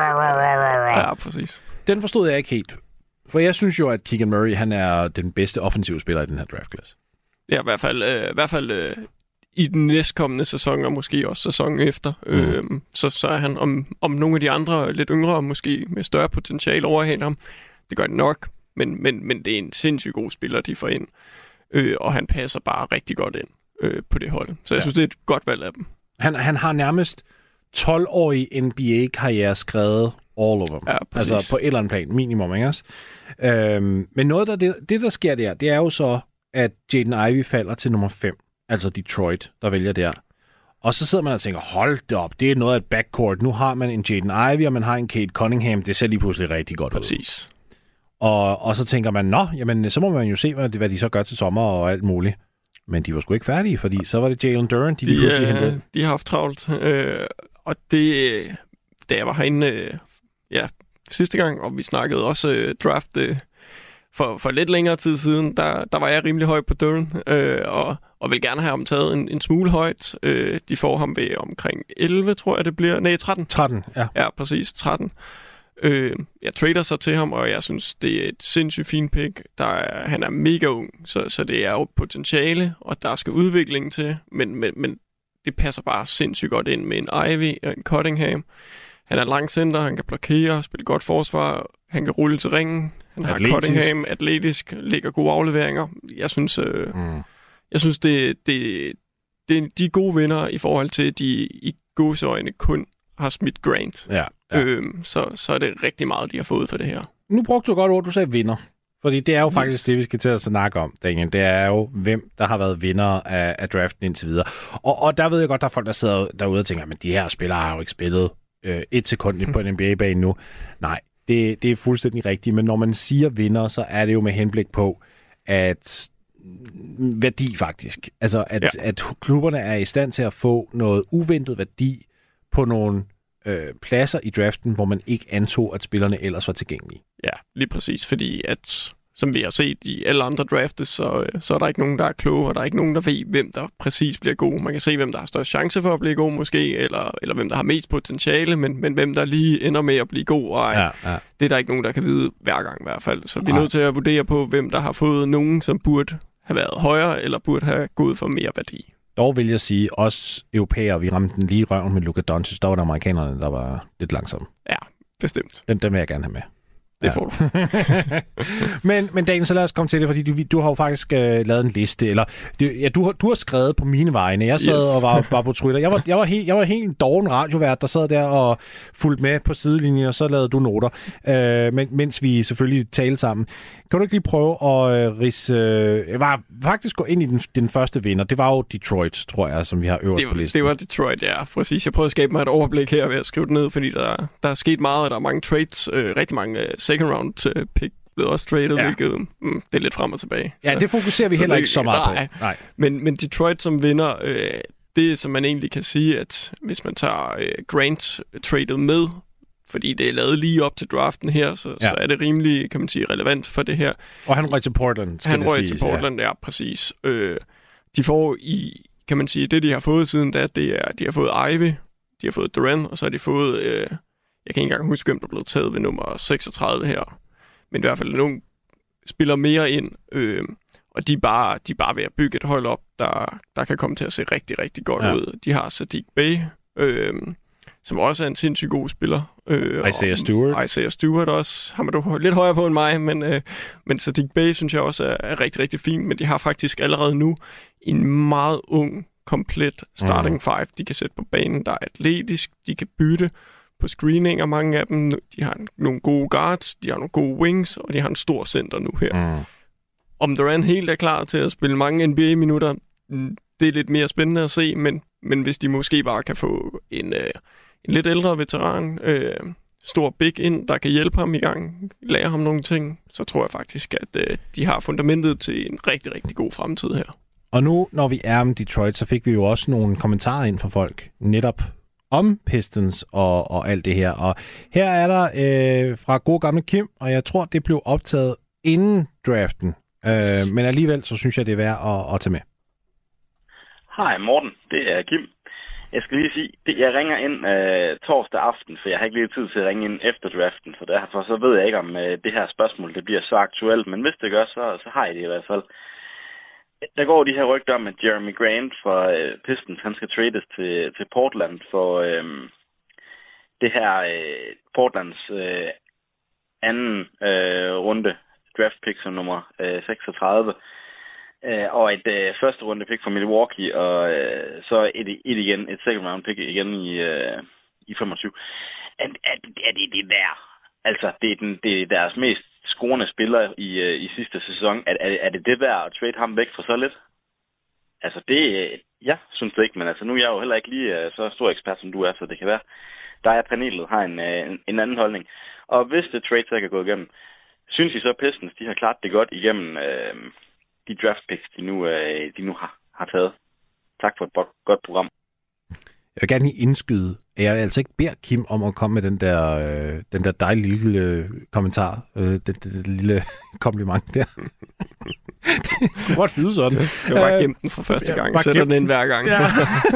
Ja, præcis. Den forstod jeg ikke helt. For jeg synes jo, at Keegan Murray, han er den bedste offensive spiller i den her draftklasse. Ja, i hvert fald... Øh, i hvert fald øh, i den næstkommende sæson, og måske også sæsonen efter, mm. øhm, så, så er han om, om nogle af de andre lidt yngre, måske med større potentiale overhæld ham. Det gør det nok, men, men, men det er en sindssygt god spiller, de får ind. Øh, og han passer bare rigtig godt ind øh, på det hold. Så jeg ja. synes, det er et godt valg af dem. Han, han har nærmest tolv-årig N B A-karriere skrevet all over dem. Ja, altså på et eller andet plan, minimum, ikke også? Øhm, men noget der, det, det, der sker der, det er jo så, at Jaden Ivey falder til nummer fem. Altså Detroit, der vælger der. Og så sidder man og tænker, hold da op, det er noget af et backcourt. Nu har man en Jaden Ivey, og man har en Cade Cunningham. Det ser lige pludselig rigtig godt Præcis. ud. Præcis. Og, og så tænker man, nå, jamen, så må man jo se, hvad, hvad de så gør til sommer og alt muligt. Men de var sgu ikke færdige, fordi så var det Jalen Duren, de, de lige pludselig hentede. De har haft travlt. Øh, og det, da jeg var herinde øh, ja, sidste gang, og vi snakkede også øh, draft øh, for, for lidt længere tid siden, der, der var jeg rimelig høj på Duren, øh, og, og vil gerne have ham taget en, en smule højt. Øh, de får ham ved omkring elleve, tror jeg det bliver. Nej, tretten. tretten, ja. Ja, præcis, tretten. Øh, jeg trader så til ham, og jeg synes, det er et sindssygt fint pick. Der er, han er mega ung, så, så det er jo potentiale, og der skal udvikling til, men, men, men det passer bare sindssygt godt ind med en Ivey og en Cunningham. Han er lang center, han kan blokere, spille godt forsvar, han kan rulle til ringen. Han har atletisk. Cunningham, atletisk, lægger gode afleveringer. Jeg synes, øh, mm. jeg synes det, det, det, de er gode vinder i forhold til, at de i gåseøjne kun har smidt Grant. Ja, ja. Øhm, så, så er det rigtig meget, de har fået for det her. Nu brugte du godt ord, du sagde vinder. Fordi det er jo faktisk yes. det, vi skal til at snakke om, Daniel. Det er jo, hvem der har været vinder af, af draften indtil videre. Og, og der ved jeg godt, der er folk, der sidder derude og tænker, men de her spillere har jo ikke spillet øh, et sekund på en N B A-bane nu. Nej, det, det er fuldstændig rigtigt. Men når man siger vinder, så er det jo med henblik på, at værdi faktisk. Altså, at, ja. at klubberne er i stand til at få noget uventet værdi på nogle øh, pladser i draften, hvor man ikke antog, at spillerne ellers var tilgængelige. Ja, lige præcis, fordi at, som vi har set i alle andre draftes, så, så er der ikke nogen, der er kloge, og der er ikke nogen, der ved, hvem der præcis bliver god. Man kan se, hvem der har størst chance for at blive god måske, eller, eller hvem der har mest potentiale, men, men hvem der lige ender med at blive god, og ja, ja. det er der ikke nogen, der kan vide hver gang i hvert fald. Så vi er nødt til at vurdere på, hvem der har fået nogen, som burde have været højere, eller burde have gået for mere værdi. Dog vil jeg sige, os europæere, vi ramte den lige i røven med Luka Doncic. Der var der amerikanerne, der var lidt langsomme. Ja, bestemt. Den, den vil jeg gerne have med. Det ja. får du. men, men Daniel, så lad os komme til det, fordi du, du har jo faktisk øh, lavet en liste, eller du, ja, du, har, du har skrevet på mine vegne. Jeg sad yes. og var, var på Twitter. Jeg var, jeg var helt, jeg var helt doven radiovært, der sad der og fulgte med på sidelinjen, og så lavede du noter, øh, men, mens vi selvfølgelig talte sammen. Kan du ikke lige prøve at øh, rise... Øh, var faktisk gå ind i den, den første vinder. Det var jo Detroit, tror jeg, som vi har øverst det var, på listen. Det var Detroit, ja. Præcis. Jeg prøvede at skabe mig et overblik her ved at skrive det ned, fordi der, der er sket meget, og der er mange trades, øh, rigtig mange øh, second round øh, pick blev også traded, ja. hvilket mm, det er lidt frem og tilbage. Ja, så, det fokuserer vi heller det, ikke så meget nej. på. Nej. Men, men Detroit som vinder, øh, det som man egentlig kan sige, at hvis man tager øh, Grant traded med, fordi det er lavet lige op til draften her, så, ja. så er det rimelig, kan man sige, relevant for det her. Og han røg til Portland, skal Han det røg siges, til Portland, ja, ja præcis. Øh, de får i, kan man sige, det de har fået siden da, det er, de har fået Ivey, de har fået Duren, og så har de fået, øh, jeg kan ikke engang huske, hvem der blev taget ved nummer seksogtredive her. Men i hvert fald nogen spiller mere ind, øh, og de er, bare, de er bare ved at bygge et hold op, der, der kan komme til at se rigtig, rigtig godt ja. ud. De har Sadiq Bey, øh, som også er en sindssygt god spiller. Øh, Isaiah Stewart. Isaiah Stewart også. Ham er du lidt højere på end mig, men, øh, men Sadiq Bey synes jeg også er, er rigtig, rigtig fint. Men de har faktisk allerede nu en meget ung, komplet starting mm. five. De kan sætte på banen, der er atletisk, de kan bytte på screeninger, mange af dem. De har nogle gode guards, de har nogle gode wings, og de har en stor center nu her. Mm. Om Durant helt er klar til at spille mange N B A-minutter, det er lidt mere spændende at se, men, men hvis de måske bare kan få en, øh, en lidt ældre veteran, øh, stor big ind, der kan hjælpe ham i gang, lære ham nogle ting, så tror jeg faktisk, at øh, de har fundamentet til en rigtig, rigtig god fremtid her. Og nu, når vi er om Detroit, så fik vi jo også nogle kommentarer ind fra folk, netop om Pistons og, og alt det her. Og her er der øh, fra god gamle Kim, og jeg tror, det blev optaget inden draften. Øh, men alligevel, så synes jeg, det er værd at, at tage med. Hej Morten, det er Kim. Jeg skal lige sige, at jeg ringer ind øh, torsdag aften, for jeg har ikke lige tid til at ringe ind efter draften, så derfor så ved jeg ikke, om øh, det her spørgsmål det bliver så aktuelt, men hvis det gør, så, så har jeg det i hvert fald. Der går de her rygter om, at Jeremy Grant fra øh, Pistons, han skal trades til, til Portland for øh, det her øh, Portlands øh, anden øh, runde draft pick som nummer øh, seksogtredive. Uh, og et uh, første runde pick fra Milwaukee, og uh, så et, et igen, et second round pick igen i, uh, i femogtyve. Er, er, er det det der? Altså, det er, den, det er deres mest scorende spiller i, uh, i sidste sæson. Er, er, er det det værd at trade ham væk for så lidt? Altså, det, jeg synes det ikke, men altså, nu er jeg jo heller ikke lige uh, så stor ekspert, som du er, så det kan være, der er panelet har en, uh, en anden holdning. Og hvis det trade så kan gå igennem, synes I så, Pistons, de har klart det godt igennem uh, de draft picks, de nu, øh, de nu har, har taget. Tak for et godt program. Jeg vil gerne lige indskyde, at jeg altså ikke beder Kim om at komme med den der, øh, den der dejlige lille øh, kommentar, øh, det, det, det lille kompliment der. Det kunne godt lyde sådan. Jeg var gemt den for første gang, jeg sætter den ind hver gang. Ja.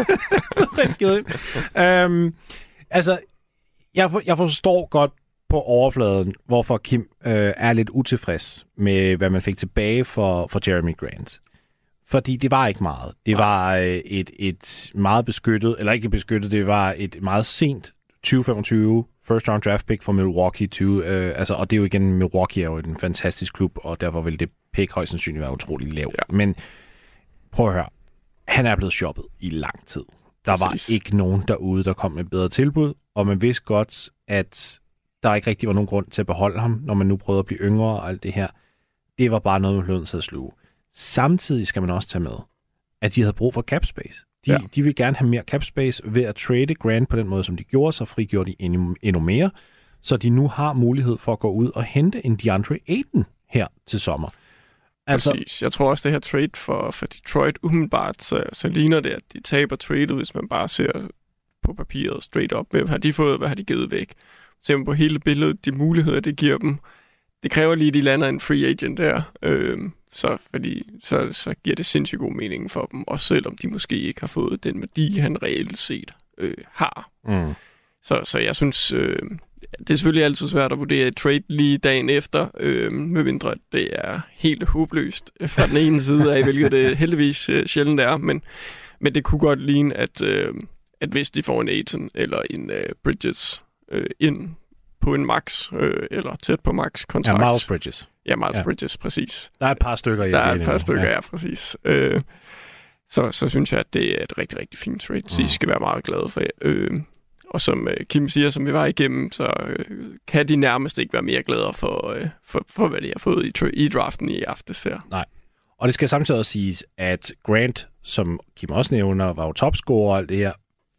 øhm, altså, jeg, for, jeg forstår godt på overfladen, hvorfor Kim øh, er lidt utilfreds med, hvad man fik tilbage for, for Jeremy Grant. Fordi det var ikke meget. Det var øh, et, et meget beskyttet, eller ikke beskyttet, det var et meget sent tyve femogtyve first round draft pick for Milwaukee tyve, øh, altså, og det er jo igen, Milwaukee er jo en fantastisk klub, og derfor vil det pick højst sandsynligt være utrolig lavt. Ja. Men prøv at høre, han er blevet shoppet i lang tid. Der Præcis. var ikke nogen derude, der kom med bedre tilbud, og man vidste godt, at der ikke rigtig var nogen grund til at beholde ham, når man nu prøvede at blive yngre og alt det her. Det var bare noget, man blev nødt til at sluge. Samtidig skal man også tage med, at de havde brug for cap space. De, ja. de vil gerne have mere cap space ved at trade Grant på den måde, som de gjorde, så frigjorde de endnu, endnu mere, så de nu har mulighed for at gå ud og hente en DeAndre Ayton her til sommer. Altså, Præcis. Jeg tror også, det her trade for, for Detroit umiddelbart, så, så ligner det, at de taber tradet, hvis man bare ser på papiret straight up. Hvad har de fået, hvad har de givet væk? Ser man på hele billedet, de muligheder, det giver dem. Det kræver lige, at de lander en free agent der. Øhm, så, fordi, så, så giver det sindssygt god mening for dem, også selvom de måske ikke har fået den værdi, han reelt set øh, har. Mm. Så, så jeg synes, øh, det er selvfølgelig altid svært at vurdere et trade lige dagen efter, øh, medmindre det er helt håbløst fra den ene side af, hvilket det heldigvis øh, sjældent er. Men, men det kunne godt ligne, at, øh, at hvis de får en Ayton eller en øh, Bridges øh, ind på en max, øh, eller tæt på max kontrakt. Ja, Miles Bridges. Ja, Miles ja. Bridges, præcis. Der er et par stykker i Der er det et par nu. stykker, ja, ja præcis. Øh, så, så synes jeg, at det er et rigtig, rigtig fint trade, så mm. I skal være meget glade for. Øh, og som øh, Kim siger, som vi var igennem, så øh, kan de nærmest ikke være mere glade for, øh, for, for hvad de har fået i, tra- i draften i aftes her. Nej. Og det skal samtidig også siges, at Grant, som Kim også nævner, var jo topscorer og alt det her.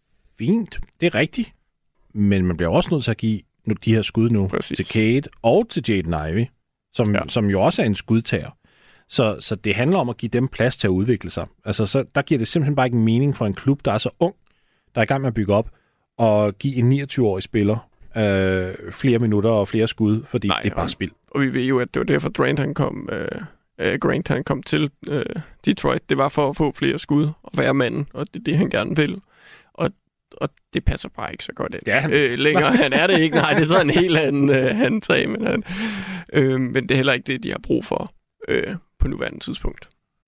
Fint, det er rigtigt. Men man bliver også nødt til at give nu, de her skud nu Præcis. til Cade og til Jaden Ivey, som, ja. som jo også er en skudtager. Så, så det handler om at give dem plads til at udvikle sig. Altså, så der giver det simpelthen bare ikke mening for en klub, der er så ung, der er i gang med at bygge op, og give en niogtyve-årig spiller øh, flere minutter og flere skud, fordi Nej, det er bare og, spil. Og vi ved jo, at det var derfor, Grant han kom, øh, Grant, han kom til øh, Detroit. Det var for at få flere skud og være manden, og det er det, han gerne vil. Og Og det passer bare ikke så godt ind. Ja, han... Øh, længere. Han er det ikke. Nej, det er så en helt anden øh, handtag. Men, han, øh, men det er heller ikke det, de har brug for øh, på nuværende tidspunkt.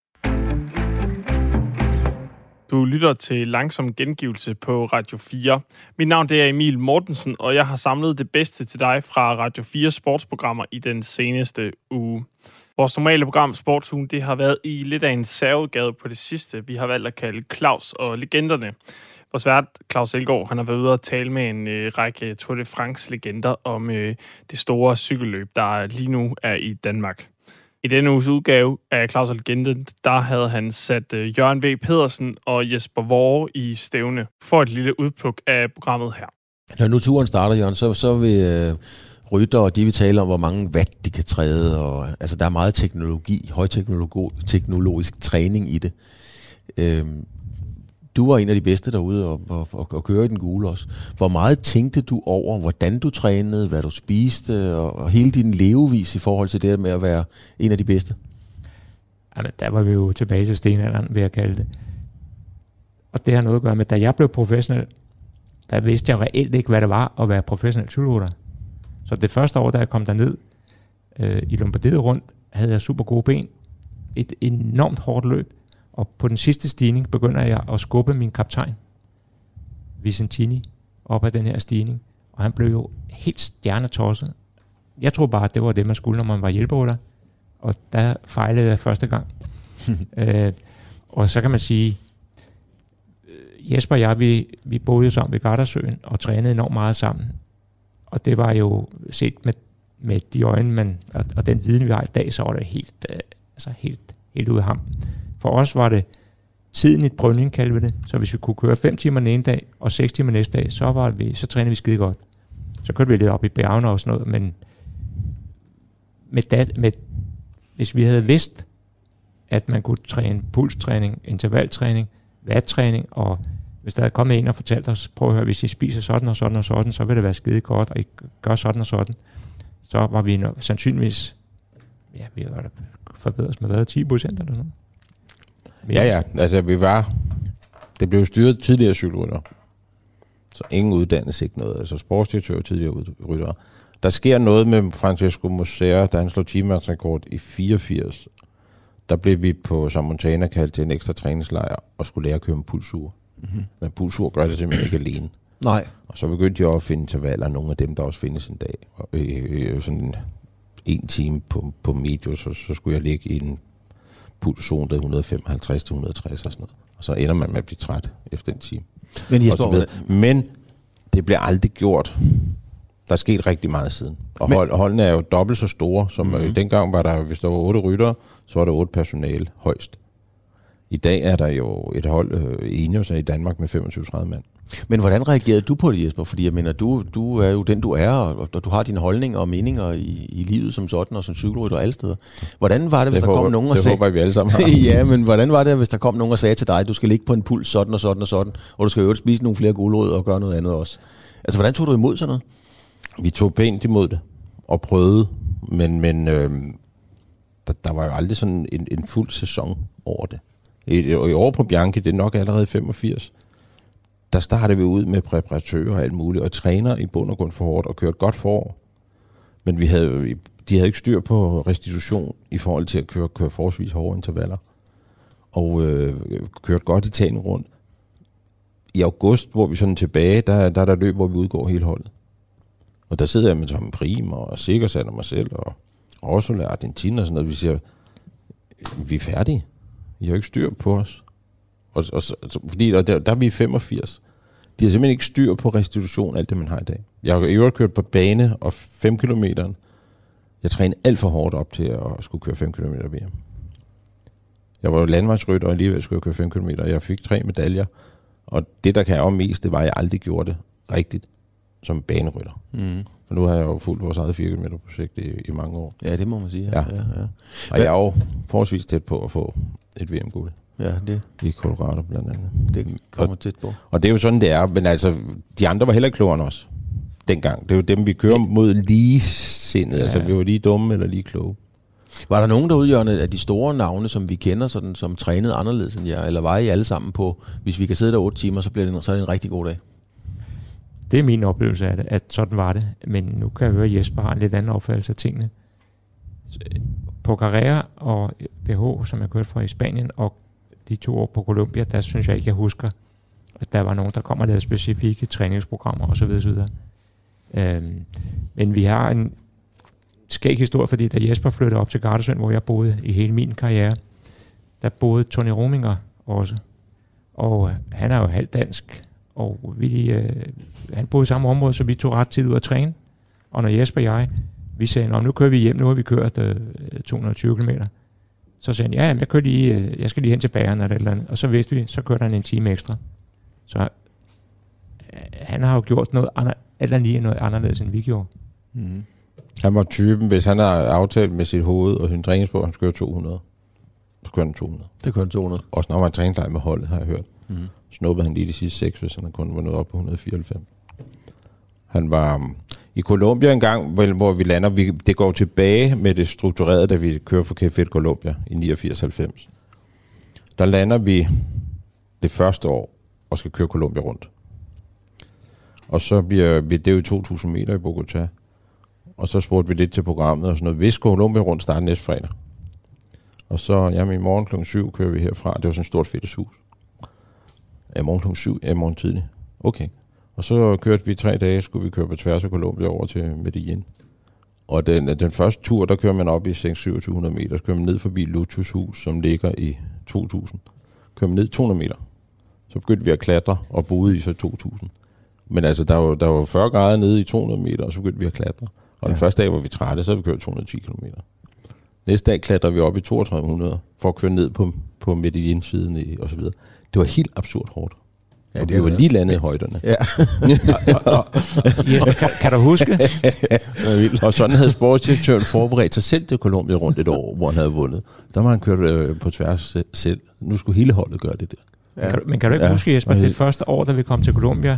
Du lytter til Langsom Gengivelse på Radio fire. Mit navn det er Emil Mortensen, og jeg har samlet det bedste til dig fra Radio fire sportsprogrammer i den seneste uge. Vores normale program, Sportsugen, det har været i lidt af en særudgave på det sidste. Vi har valgt at kalde Claus og legenderne. Vores vært, Claus Elgaard, han har været ude og tale med en øh, række Tour de France-legender om øh, det store cykelløb, der lige nu er i Danmark. I denne uges udgave af Claus og Legenden, der havde han sat øh, Jørgen V. Pedersen og Jesper Vore i stævne for et lille udpluk af programmet her. Når nu turen starter, Jørgen, så, så vil øh, ryttere, de vil tale om, hvor mange watt de kan træde. Og, altså, der er meget teknologi, højteknologisk træning i det. Øh, Du var en af de bedste derude og, og, og, og køre i den gule også. Hvor meget tænkte du over, hvordan du trænede, hvad du spiste, og, og hele din levevis i forhold til det med at være en af de bedste? Jamen, der var vi jo tilbage til stenalderen, vil jeg kalde det. Og det har noget at gøre med, da jeg blev professionel, der vidste jeg reelt ikke, hvad det var at være professionel cykelrytter. Så det første år, da jeg kom derned øh, i Lombardiet rundt, havde jeg super gode ben. Et enormt hårdt løb. Og på den sidste stigning begynder jeg at skubbe min kaptajn, Vicentini, op ad den her stigning. Og han blev jo helt stjernetosset. Jeg tror bare, at det var det, man skulle, når man var hjælperytter. Og der fejlede jeg første gang. øh, og så kan man sige, Jesper og jeg, vi, vi boede jo sammen ved Gardasøen og trænede enormt meget sammen. Og det var jo set med, med de øjne, man, og, og den viden, vi har i dag, så var det helt, øh, altså helt, helt ude af ham. For os var det tiden i et brønding, kaldte vi det. Så hvis vi kunne køre fem timer den ene dag, og seks timer næste dag, så, var vi, så trænede vi skide godt. Så kørte vi lidt op i bjergene og sådan noget, men med dat, med, hvis vi havde vidst, at man kunne træne pulstræning, intervaltræning, wattræning, og hvis der havde kommet en og fortalt os, prøv at høre, hvis I spiser sådan og sådan og sådan, så vil det være skide godt, og I gør sådan og sådan, så var vi no- sandsynligvis, ja, vi var forbedret med hvad, ti procent eller noget. Ja, ja, altså vi var, det blev styret tidligere cykelrytter, så ingen uddannelse, ikke noget, altså sportsdirektør tidligere ryttere. Der sker noget med Francesco Moser, da han slog timemandsrekord i fireogfirs. Der blev vi på San Montana kaldt til en ekstra træningslejr og skulle lære at køre med pulsur. Mm-hmm. Men pulsur gør det simpelthen ikke alene. Nej. Og så begyndte jeg at finde intervaller, nogle af dem, der også findes en dag. Og, øh, øh, sådan en time på, på medio, så, så skulle jeg ligge i en pulszone, der er et hundrede femoghalvtreds til et hundrede og tres og sådan noget. Og så ender man med at blive træt efter en time. Men, Jesper, Men det bliver aldrig gjort. Der er sket rigtig meget siden. Og hold, holdene er jo dobbelt så store, som mm-hmm. øh, dengang var der, hvis der var otte ryttere, så var der otte personale højst. I dag er der jo et hold øh, Ineos i Danmark med femogtyve til tredive mand. Men hvordan reagerede du på det, Jesper? Fordi jeg mener, du, du er jo den, du er, og, og du har dine holdninger og meninger i, i livet som sådan, og som cykelrytter alle steder. Hvordan var det, hvis det der håber, kom nogen og det sagde... Det håber vi alle sammen har. Ja, men hvordan var det, hvis der kom nogen og sagde til dig, du skal ligge på en puls sådan og sådan og sådan, og du skal jo spise nogle flere gulerødder og gøre noget andet også. Altså, hvordan tog du imod sådan noget? Vi tog pænt imod det, og prøvede, men, men øh, der, der var jo aldrig sådan en, en fuld sæson over det. I, i år på Bianchi, det er nok allerede femogfirs, der startede vi ud med præparatører og alt muligt, og træner i bund og grund for hårdt, og kørte godt forår. Men vi havde, de havde ikke styr på restitution i forhold til at køre, køre forholdsvis hårde intervaller. Og øh, kørte godt Italien rundt. I august, hvor vi sådan tilbage, der, der er der løb, hvor vi udgår hele holdet. Og der sidder jeg med Tom Prim og Sikkersand og mig selv, og Orsola og Argentina og sådan noget. Vi siger, vi er færdige. I har ikke styr på os. Og, og, og, fordi og der, der er vi femogfirs. De har simpelthen ikke styr på restitution, alt det man har i dag. Jeg har i øvrigt kørt på bane og fem kilometer. Jeg trænede alt for hårdt op til at skulle køre fem kilometer V M. Jeg var jo landvejsrytter, og alligevel skulle jeg køre fem kilometer. Jeg fik tre medaljer. Og det, der kan jeg om mest, det var, at jeg aldrig gjorde det rigtigt som banerytter. Mm. For nu har jeg jo fulgt vores eget fire kilometer projekt i, i mange år. Ja, det må man sige. Ja. Ja. Ja, ja. Og jeg er jo forholdsvis tæt på at få et V M-guld. Ja, det. I Colorado blandt andet. Det kommer tæt på. Og det er jo sådan, det er. Men altså, de andre var heller ikke klogere end os dengang. Det er jo dem, vi kører mod ligesindede. Ja. Altså, vi var lige dumme eller lige kloge. Var der nogen derude, Jørgen, af de store navne, som vi kender, sådan, som trænede anderledes end jer? Eller var I alle sammen på, hvis vi kan sidde der otte timer, så bliver det en, så er det en rigtig god dag? Det er min oplevelse af det, at sådan var det. Men nu kan jeg høre, at Jesper har en lidt anden opfattelse af tingene. På Carrera og B H, som jeg kørte fra i Spanien, og de to år på Colombia, der synes jeg ikke, jeg husker, at der var nogen, der kom og lavede specifikke træningsprogrammer osv. osv. Øhm, men vi har en skæg historie, fordi da Jesper flyttede op til Gardasøen, hvor jeg boede i hele min karriere, der boede Tony Rominger også. Og øh, han er jo halvt dansk, og vi, øh, han boede i samme område, så vi tog ret tid ud at træne. Og når Jesper og jeg, vi sagde, nu kører vi hjem, nu har vi kørt øh, to hundrede og tyve kilometer. Så sagde han, ja, jeg, kører lige, øh, jeg skal lige hen til bageren eller et eller andet. Og så vidste vi, så kørte han en time ekstra. Så øh, han har jo gjort noget, andre, eller lige noget anderledes, end vi gjorde. Mm. Han var typen, hvis han har aftalt med sit hoved og sin træningsbog, han skal køre to hundrede. Så kører han to hundrede. Det kører han to hundrede. Også når man træningslejr med holdet, har jeg hørt. Mm. Snuppede han lige de sidste seks, hvis han kun var nået op på et hundrede og fireoghalvfems. Han var um, i Colombia en gang, hvor vi lander. Vi, det går tilbage med det strukturerede, da vi kører for Café Colombia i niogfirs halvfems. Der lander vi det første år og skal køre Colombia rundt. Og så bliver vi, det er jo to tusind meter i Bogotá. Og så spurgte vi lidt til programmet og sådan noget. Hvis Colombia rundt starter næste fredag. Og så, jamen i morgen klokken syv kører vi herfra. Det var sådan et stort fedt hus. Ja, morgen klokken syv. Ja, morgen tidlig. Okay. Og så kørte vi tre dage, skulle vi køre på tværs af Colombia over til Medellin. Og den, den første tur, der kører man op i seks tusind syv hundrede meter. Så kører man ned forbi Lutus hus, som ligger i to tusind. Kører man ned to hundrede meter. Så begyndte vi at klatre og boede i så to tusind. Men altså, der var, der var fyrre grader nede i to hundrede meter, og så begyndte vi at klatre. Og den ja. første dag var vi trætte, så havde vi kørt to hundrede og ti kilometer. Næste dag klatrede vi op i to tusind tre hundrede for at køre ned på, på Medellin-siden i, og så videre. Det var helt absurd hårdt. Ja, det vi var lige landet i højderne. Ja. og, og, og, Jesper, kan, kan du huske? Og sådan havde sportsdirektøren forberedt sig selv til Colombia rundt et år, hvor han havde vundet. Der var han kørt øh, på tværs selv. Nu skulle hele holdet gøre det der. Ja. Kan du, men kan du ikke ja. huske, Jesper, det første år, da vi kom til Colombia,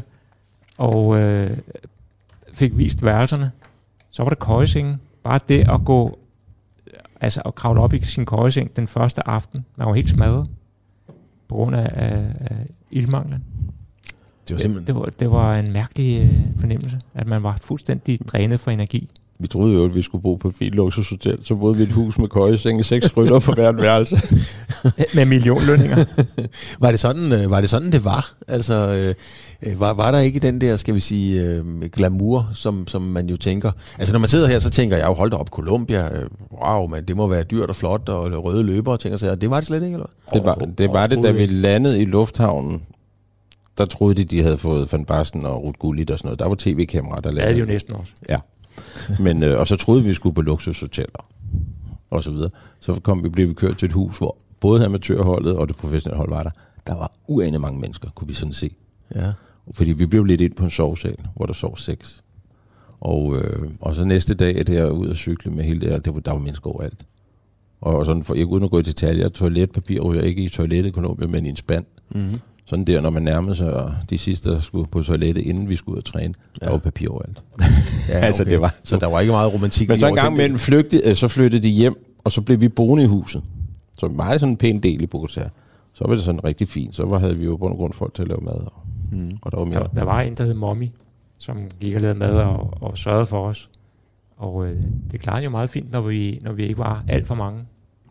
og øh, fik vist værelserne, så var det køjesenge. Bare det at gå, altså at kravle op i sin køjeseng den første aften, man var helt smadret på grund af, af, af ildmanglen. Det var, simpelthen... det, var, det var en mærkelig øh, fornemmelse, at man var fuldstændig drænet for energi. Vi troede jo, at vi skulle bo på et fint luksushotel, så boede vi et hus med køjesenge, seks rytter på hvert værelse. Med millionlønninger. var, det sådan, var det sådan, det var? Altså, øh, var, var der ikke den der, skal vi sige, øh, glamour, som, som man jo tænker? Altså, når man sidder her, så tænker jeg jo, hold da op, Colombia, øh, wow, men det må være dyrt og flot, og røde løber og ting og sager. Det var det slet ikke, eller hvad? Det var det, var det da vi landede i lufthavnen. Der troede de, de havde fået Van Basten og Ruud Gullit og sådan noget. Der var tv-kameraer, der lavede. Ja, det jo næsten også. Ja. Men, øh, og så troede vi, vi skulle på luksushoteller og så videre. Så kom vi, blev vi kørt til et hus, hvor både amatørholdet og det professionelle hold var der. Der var uanede mange mennesker, kunne vi sådan se. Ja. Fordi vi blev lidt ind på en sovesal, hvor der sov seks. Og, øh, og så næste dag der ud at cykle med hele det her, det var, der var mennesker overalt. Og sådan, for, ikke uden at gå i detaljer, toiletpapir ryger ikke i toilettet i Colombia, men i en spand. Mm-hmm. Sådan der, når man nærmede sig de sidste, der skulle på toilettet, inden vi skulle ud og træne, ja. Der var papir overalt. Ja, okay. Altså, det var, så der var ikke meget romantik. Men så en gang mellem flygtede, så flyttede de hjem, og så blev vi boende i huset. Så meget sådan en pæn del i Bogotá. Så var det sådan rigtig fint. Så var, havde vi jo på grund folk til at lave mad. Og, mm. og der var mere. Der, der var en, der hed Mommy, som gik og lavede mad og, og sørgede for os. Og øh, det klarede jo meget fint, når vi, når vi ikke var alt for mange.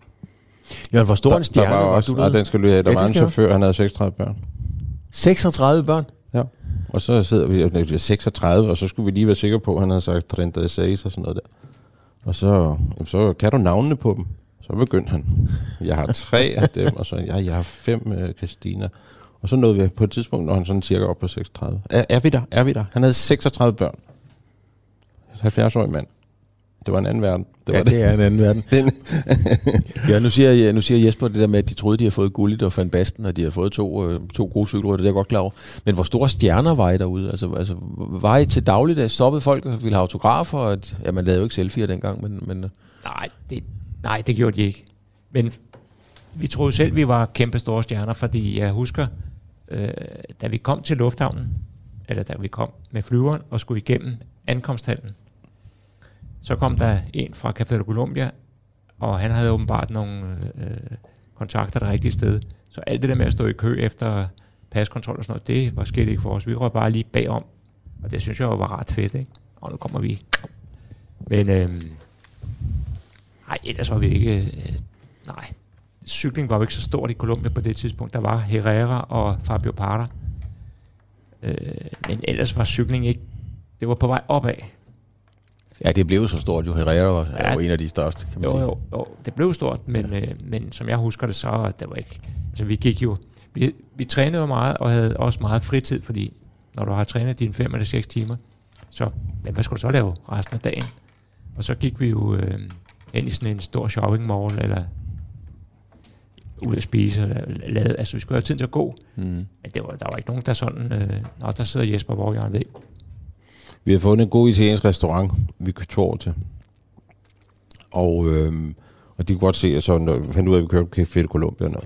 Ja, hvor stor der, en stjerne der var, var også, du der? Den skal løbe af. Der ja, var en chauffør, han havde seksogtredive børn. seksogtredive børn? Ja. Og så sidder vi seksogtredive, og så skulle vi lige være sikre på, at han havde sagt treogtres og sådan noget der. Og så, så kan du navnene på dem. Så begyndte han. Jeg har tre af dem, og så ja, jeg har fem med Christina. Og så nåede vi på et tidspunkt, når han sådan cirka op på seksogtredive. Er, er vi der? Er vi der? Han havde seksogtredive børn. halvfjerds-årig mand. Det var en anden verden. Det, var ja, det. det er en anden verden. ja, nu siger, nu siger Jesper det der med, at de troede, de havde fået Gullit og Van Basten, og de havde fået to, øh, to gode cykelrytter, det er jeg godt klar over. Men hvor store stjerner var I derude? Altså, altså var I til dagligt, at stoppede folk og ville have autografer? Og at, ja, man lavede jo ikke selfie'er dengang, men... men nej, det, nej, det gjorde de ikke. Men vi troede selv, vi var kæmpe store stjerner, fordi jeg husker, øh, da vi kom til lufthavnen, eller da vi kom med flyveren og skulle igennem ankomsthallen, så kom der en fra Café Colombia, og han havde åbenbart nogle øh, kontakter det rigtige sted. Så alt det der med at stå i kø efter paskontrol og sådan noget, det var sket ikke for os. Vi røg bare lige bagom, og det synes jeg jo var ret fedt, ikke? Og nu kommer vi. Men øh, nej, ellers var vi ikke... Øh, nej, cykling var jo ikke så stort i Colombia på det tidspunkt. Der var Herrera og Fabio Parra. Øh, men ellers var cykling ikke... Det var på vej opad. Ja, det blev så stort jo. Herrera var ja, jo en af de største, kan man jo, sige. Jo, jo, det blev stort, men, ja. øh, men som jeg husker det, så det var ikke... Altså, vi gik jo... Vi, vi trænede jo meget, og havde også meget fritid, fordi når du har trænet dine fem eller seks timer, så men hvad skulle du så lave resten af dagen? Og så gik vi jo øh, ind i sådan en stor shopping mall, eller ud at spise, eller lade, altså vi skulle have tid til at gå. Mm. Men det var, der var ikke nogen, der sådan, øh, nå, der sidder Jesper, hvor jeg ved. Vi har fundet en god italiensk restaurant, vi købte to år til. Og, øh, og de kunne godt se, at så, når vi fandt ud af, at vi købte Café de Colombia og noget.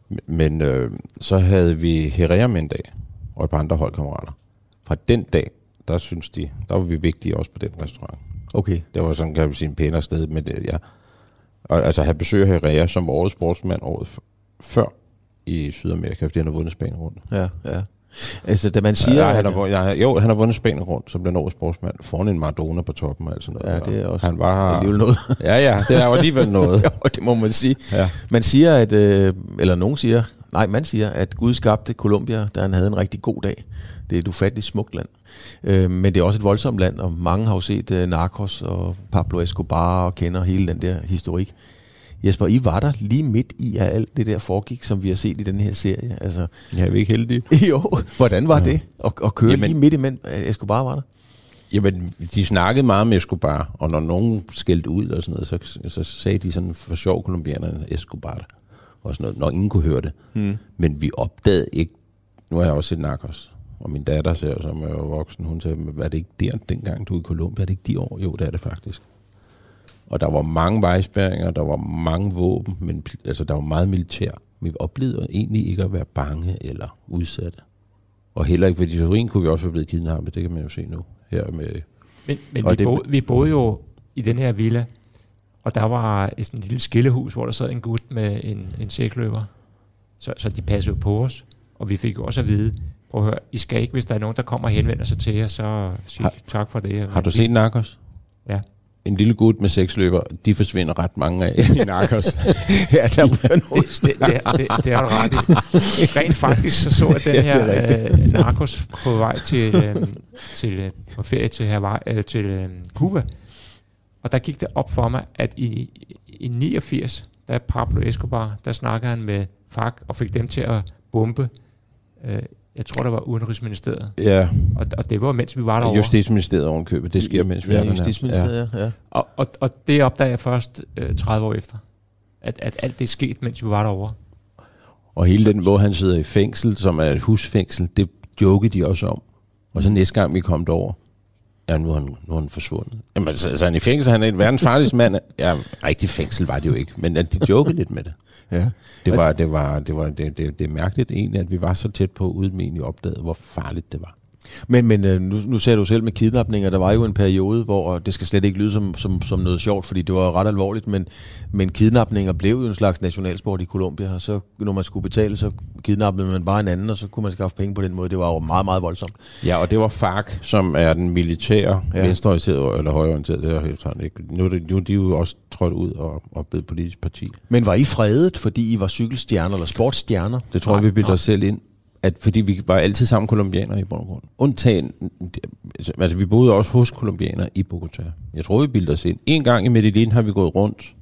Men øh, så havde vi Herrera med en dag, og et par andre holdkammerater. Fra den dag, der synes de, der var vi vigtige også på den restaurant. Okay. Det var sådan, kan man sige, en pænere sted med det, ja. Og altså have besøg af Herrera som årets sportsmand året f- før i Sydamerika, fordi han har vundet Spanien rundt. Ja, ja. Altså, da man siger... Ja, han har, vundet, ja, jo, han har vundet Spanien rundt, som den årets sportsmand, foran en Maradona på toppen og alt sådan noget. Ja, det er også han var, alligevel noget. Ja, ja, det er jo alligevel noget. Jo, det må man sige. Ja. Man siger, at... Øh, eller nogen siger... Nej, man siger, at Gud skabte Colombia, da han havde en rigtig god dag. Det er et ufatteligt smukt land. Øh, men det er også et voldsomt land, og mange har jo set øh, Narcos og Pablo Escobar og kender hele den der historik. Jesper, I var der lige midt i af alt det der foregik, som vi har set i den her serie. Altså, ja, vi er ikke heldige. Jo, hvordan var ja. det at, at køre Jamen, lige midt imellem Escobar var der? Jamen, de snakkede meget med Escobar, og når nogen skældte ud og sådan noget, så, så sagde de sådan for sjov kolumbianerne Escobar og sådan noget, når ingen kunne høre det. Hmm. Men vi opdagede ikke, nu har jeg også set Narcos, og min datter ser, som er jo voksen, hun sagde, var det ikke der dengang du er i Colombia, er det ikke de år? Jo, det er det faktisk. Og der var mange vejspærringer, der var mange våben, men altså, der var meget militær. Vi oplevede egentlig ikke at være bange eller udsatte. Og heller ikke ved de teorien kunne vi også være blevet kidnappet, det kan man jo se nu. Her med, men men vi, det, boede, vi boede jo i den her villa, og der var et sådan et lille skillehus, hvor der sad en gut med en, en sækløber. Så, så de passede jo på os, og vi fik jo også at vide, prøv at høre, I skal ikke, hvis der er nogen, der kommer og henvender sig til jer, så sig har, tak for det. Har du set Narcos? Ja. En lille gut med seksløber, de forsvinder ret mange af i Narcos. Ja, der bliver nogle det, det, det, det, det er du ret i. Rent faktisk så så jeg den her øh, Narcos på vej til, øh, til øh, på ferie til, Hawaii, øh, til øh, Cuba. Og der gik det op for mig, at i, i niogfirs, da Pablo Escobar, der snakkede han med F A R C og fik dem til at bombe, øh, jeg tror, der var Udenrigsministeriet. Ja. Og, og det var, mens vi var derovre. Justitsministeriet ovenkøbet. Det sker, mens vi ja, er der. Justitsministeriet, ja. ja. Og, og, og det opdagede jeg først øh, tredive år efter. At, at alt det skete, mens vi var derovre. Og hele den, hvor han sidder i fængsel, som er et husfængsel, det jokede de også om. Og så næste gang, vi kom derover, ja, nu er han, nu er han forsvundet. Jamen, altså, altså han er i fængsel, han er en verdens farligste mand. Ja, rigtig fængsel var det jo ikke, men at de jokede lidt med det. Ja. Det var, det var, det var, det, det, det er mærkeligt egentlig, at vi var så tæt på, uden vi egentlig opdagede, hvor farligt det var. Men, men nu, nu sagde du selv med kidnapninger, der var jo en periode, hvor det skal slet ikke lyde som, som, som noget sjovt, fordi det var ret alvorligt, men, men kidnapninger blev jo en slags nationalsport i Colombia, og så når man skulle betale, så kidnappede man bare en anden, og så kunne man skaffe penge på den måde. Det var jo meget, meget voldsomt. Ja, og det var F A R C, som er den militære, ja. venstreorienterede eller højreorienterede, det er helt sådan ikke. Nu er de, nu er de jo også trådt ud og, og blevet politisk parti. Men var I fredet, fordi I var cykelstjerner eller sportsstjerner? Det tror jeg, vi bildte os selv ind. At fordi vi var altid sammen kolumbianere i bund og grund. Undtagen, altså vi boede også hos kolumbianere i Bogotá. Jeg tror, vi bildte os ind. En gang i Medellin har vi gået rundt,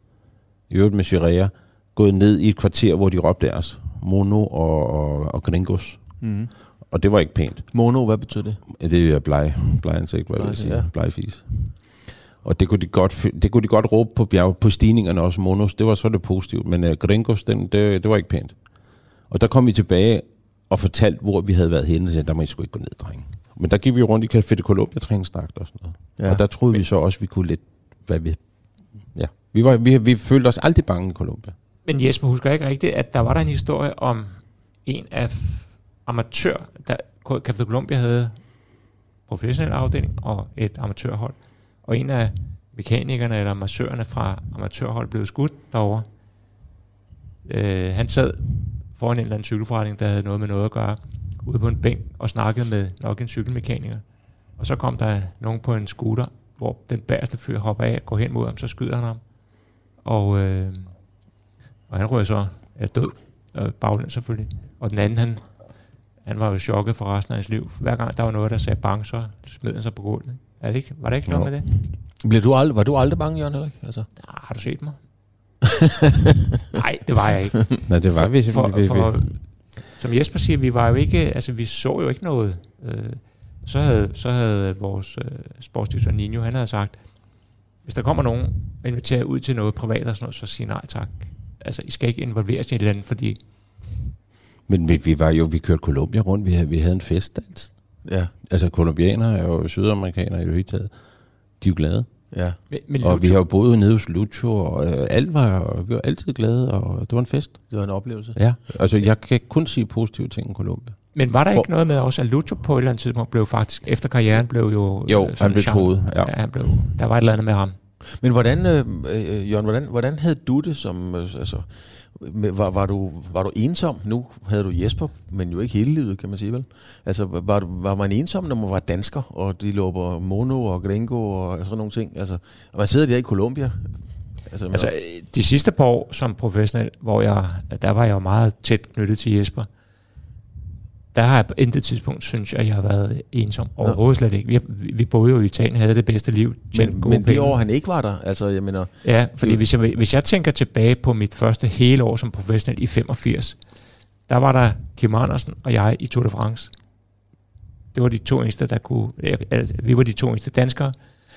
i øvrigt med Herrera, gået ned i et kvarter, hvor de råbte deres. Mono og, og, og gringos. Mm. Og det var ikke pænt. Mono, hvad betyder det? Det er bleg, blegansigt, hvad jeg vil sige. Ja. Blegfis. Og det kunne de godt, det kunne de godt råbe på bjerg, på stigningerne også. Monos, det var så det positivt. Men uh, gringos, den, det, det var ikke pænt. Og der kom vi tilbage og fortalt, hvor vi havde været henne, så der må I sgu ikke gå ned, drenge. Men der gik vi rundt i Café de Colombia træningsdragt og sådan noget. Ja. Og der troede vi så også, vi kunne lidt, hvad vi... Ja, vi, var, vi, vi følte os aldrig bange i Colombia. Men Jesper, husker ikke rigtigt, at der var der en historie om en af amatør, der Café de Colombia havde professionel afdeling og et amatørhold, og en af mekanikerne eller massørerne fra amatørhold blev skudt derovre. Øh, han sad foran en eller anden cykelforretning, der havde noget med noget at gøre, ude på en bænk og snakkede med nok en cykelmekaniker. Og så kom der nogen på en scooter, hvor den bagerste fyr hopper af, går hen mod ham, så skyder han ham. Og, øh, og han røg så er død, øh, baglæns selvfølgelig. Og den anden, han, han var jo chokket for resten af hans liv. Hver gang der var noget, der sagde bang, så smed han sig på gulvet. Er det ikke? Var det ikke noget med det? Blev du aldrig, var du aldrig bange, Jørgen, eller ikke? Altså? Ja, har du set mig? Nej, det var jeg ikke. Nej, det var vi. For, vi, for, vi. Som Jesper siger, vi var jo ikke, altså vi så jo ikke noget. Øh, så, havde, så havde vores øh, sportsdirektør Nino, han havde sagt, hvis der kommer nogen og inviterer ud til noget privat og sådan noget, så sig nej tak. Altså, I skal ikke involveres i et eller andet, fordi... Men vi, vi var jo, vi kørte Colombia rundt, vi havde, vi havde en festdans. Ja. Altså, colombianere er jo sydamerikanere i det hele taget. De er jo glade. Ja. Men, men og Lucho, vi har jo boet nede hos Lucho, og øh, alt var, vi var altid glade, og det var en fest. Det var en oplevelse. Ja, altså jeg kan kun sige positive ting om Colombia. Men var der Hvor, ikke noget med også, at Lucho på et eller andet tidspunkt blev faktisk, efter karrieren blev jo... Jo, øh, han blev troet, ja. ja. Han blev, der var et eller andet med ham. Men hvordan, øh, Jørgen, hvordan, hvordan havde du det som... Øh, altså, med, var, var, du, var du ensom? Nu havde du Jesper, men jo ikke hele livet, kan man sige, vel? Altså, var, du, var man ensom, når man var dansker, og de løber mono og gringo og sådan nogle ting? Altså, og man sidder der i Colombia. Altså, altså, de sidste par år som professionel, hvor jeg, der var jeg jo meget tæt knyttet til Jesper, der har jeg på intet tidspunkt, synes jeg, at jeg har været ensom. Overhovedet slet ikke. Vi, vi boede jo i Italien, havde det bedste liv. Men, men det år, han ikke var der, altså, jeg mener... Ja, fordi hvis jeg, hvis jeg tænker tilbage på mit første hele år som professionel i femogfirs, der var der Kim Andersen og jeg i Tour de France. Det var de to eneste, der kunne... Vi var de to eneste danskere,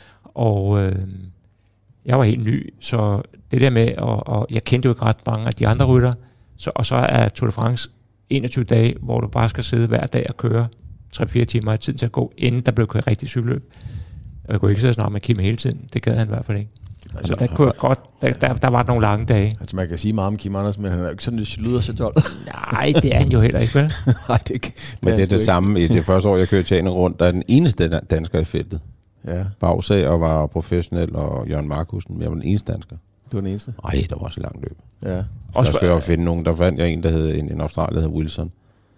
og øh, jeg var helt ny, så det der med... Og, og jeg kendte jo ikke ret mange af de andre rytter, så, og så er Tour de France enogtyve dage, hvor du bare skal sidde hver dag og køre tre fire timer i tiden til at gå, inden der blev kørt rigtig cykelløb. Og jeg kunne ikke sidde og snakke med Kim hele tiden. Det gad han i hvert fald ikke. Altså, der, kunne jeg godt, der, der, der var nogle lange dage. Altså, man kan sige meget om Kim Andersen, men han er jo ikke sådan lidt lyder så tolv. Nej, det er han jo heller ikke, vel? Nej, det, det men det er det samme. I det første år, jeg kørte Italien rundt, der er den eneste dansker i feltet. Ja. Bagsag og var professionel, og Jørgen Markusen. Jeg var den eneste dansker. Du var den eneste? Nej, der var så langt løb. Ja. Så skal jeg jo finde nogen. Der fandt jeg en, der hed en, en australier, der hed Wilson.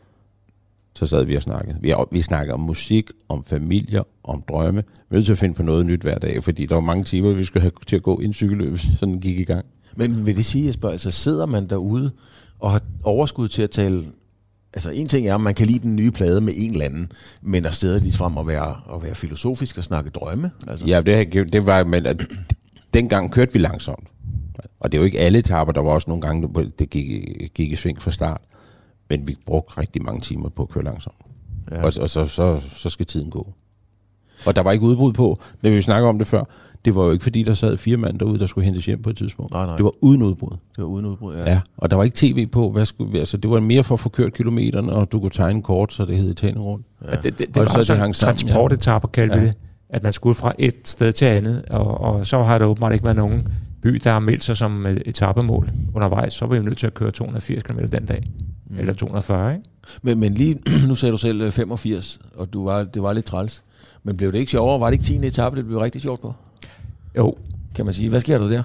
Så sad vi og snakkede. Vi, vi snakkede om musik, om familier, om drømme. Vi er nødt til at finde på noget nyt hver dag, fordi der var mange timer, vi skulle have til at gå ind cykelløb, så den gik i gang. Men vil det sige, Jesper, altså sidder man derude og har overskud til at tale... Altså en ting er, at man kan lide den nye plade med en eller anden, men at stedet lige frem at være, at være filosofisk og snakke drømme. Altså. Ja, det, det var... Men at, dengang kørte vi langsomt. Og det er jo ikke alle etaper, der var også nogle gange, det gik, gik i sving fra start. Men vi brugte rigtig mange timer på at køre langsomt. Ja. Og, og så, så, så skal tiden gå. Og der var ikke udbrud på, når vi snakker om det før, det var jo ikke fordi, der sad fire mand derude, der skulle hentes hjem på et tidspunkt. Nej, nej. Det var uden udbrud. Det var uden udbrud, ja. Ja, og der var ikke tv på, hvad skulle vi, altså det var mere for at få kørt kilometerne, og du kunne tegne kort, så det hed Italien rundt. Ja. Det, det, det var så sådan en transportetappe, kaldte vi det, at man skulle fra et sted til andet, og, og så har der åbenbart ikke været nogen by, der har meldt sig som etapemål undervejs, så var vi nødt til at køre to hundrede og firs kilometer den dag. Mm. Eller to hundrede og fyrre, ikke? Men, men lige, nu sagde du selv femogfirs, og du var, det var lidt træls. Men blev det ikke sjovere? Var det ikke tiende etape, det blev rigtig sjovt på? Jo. Kan man sige. Hvad sker der der?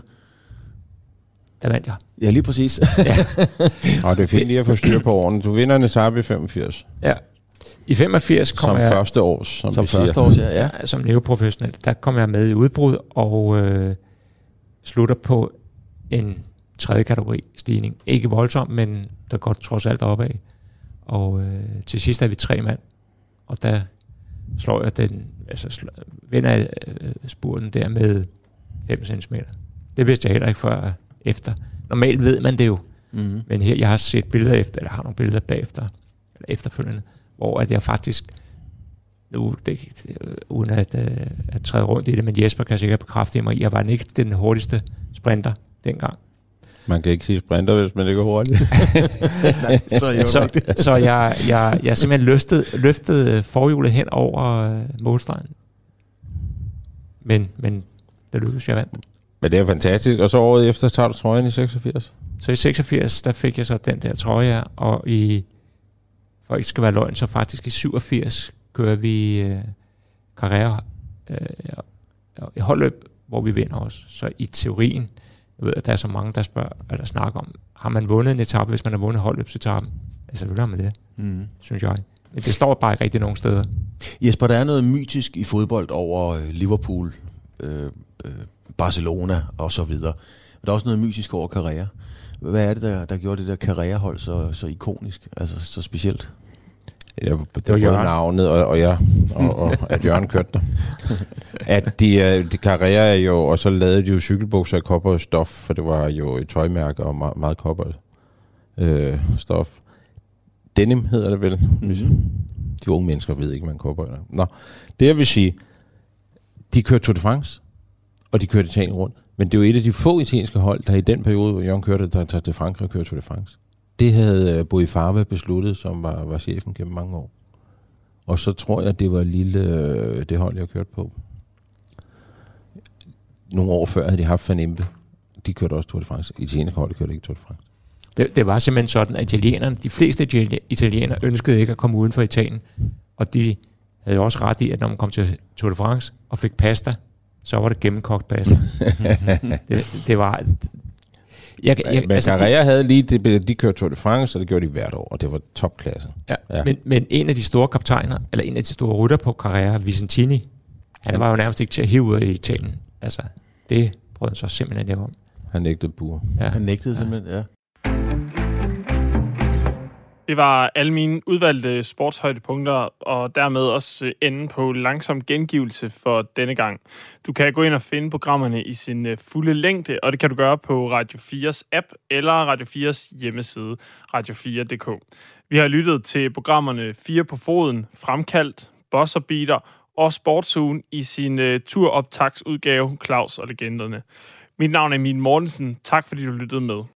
Der vandt jeg. Ja, lige præcis. Ja. Og det er fint lige at få styr på årene. Du vinder en etape i femogfirs. Ja. I femogfirs kom som jeg... Som første års, som, som første års, ja. ja. Som neoprofessionel. Der kom jeg med i udbrud, og øh, slutter på en tredje kategori stigning. Ikke voldsomt, men der går trods alt opad. Og øh, til sidst er vi tre mand, og der slår jeg den, altså slår, vinder jeg øh, spurten der med fem centimeter. Det vidste jeg heller ikke før efter. Normalt ved man det jo, mm-hmm. men her, jeg har set billeder efter, eller har nogle billeder bagefter, eller efterfølgende, hvor at jeg faktisk, nu, det, uden at, øh, at træde rundt i det, men Jesper kan sikkert bekræfte mig, jeg var ikke den hurtigste sprinter dengang. Man kan ikke sige sprinter, hvis man ikke er hurtigt. Nej, så er så, så jeg, jeg, jeg simpelthen løftede, løftede forhjulet hen over målstregen. Men, men det lykkedes, jeg vandt. Men det er fantastisk. Og så året efter tager du trøjen i seksogfirs? Så i seksogfirs, der fik jeg så den der trøje, og i, for ikke skal være løgn, så faktisk i syvogfirs kører vi øh, Carrera øh, i holdløb, hvor vi vinder også. Så i teorien, jeg ved, at der er så mange, der spørger, eller snakker om, har man vundet en etape, hvis man har vundet holdløbsetappen? Ja, selvfølgelig har man det, mm. synes jeg. Men det står bare ikke rigtig nogen steder. Jesper, der er noget mytisk i fodbold over Liverpool, øh, øh, Barcelona og så videre. Men der er også noget mytisk over Carrera. Hvad er det, der, der gjorde det der Carrera-hold så, så ikonisk, altså så specielt? det var, det var både navnet, og, og, jeg, og, og at Jørgen kørte der. At de, de karrierer jo, og så lavede de jo cykelbukser af kopper stof, for det var jo et tøjmærke og meget, meget kopper øh, stof. Denim hedder det vel. Mm-hmm. De unge mennesker ved ikke, man kopper. Eller. Nå, det jeg vil sige, de kørte Tour de France, og de kørte Italien rundt. Men det er jo et af de få italienske hold, der i den periode, hvor Jørgen kørte, der tager til Frankrig og kørte Tour de France. Det havde Boy Farva besluttet, som var, var chefen gennem mange år. Og så tror jeg, det var lille det hold, jeg kørte på. Nogle år før havde de haft Van Impe. De kørte også Tour de France. Italienske hold kørte ikke Tour de France. Det, det var simpelthen sådan, at italienerne, de fleste italienere ønskede ikke at komme uden for Italien. Og de havde også ret i, at når man kom til Tour de France og fik pasta, så var det gennemkogt pasta. det, det var... Jeg, jeg, men altså, Carrera de, havde lige, de, de kørte Tour de France, og det gjorde de hvert år, og det var topklasse. Ja, ja. Men, men en af de store kaptajner, eller en af de store rytter på Carrera, Vicentini, han ja. var jo nærmest ikke til at hive ud i Italien. Altså, det brød han så simpelthen ikke om. Han nægtede bur. Ja. Han nægtede simpelthen, ja. Det var alle mine udvalgte sportshøjdepunkter, og dermed også enden på langsom gengivelse for denne gang. Du kan gå ind og finde programmerne i sin fulde længde, og det kan du gøre på Radio fires app eller Radio fires hjemmeside, radio fire punktum d k. Vi har lyttet til programmerne fire på foden, Fremkaldt, Boss og Beater og Sportsugen i sin uh, turoptagsudgave Claus og Legenderne. Mit navn er Emil Mortensen. Tak fordi du lyttede med.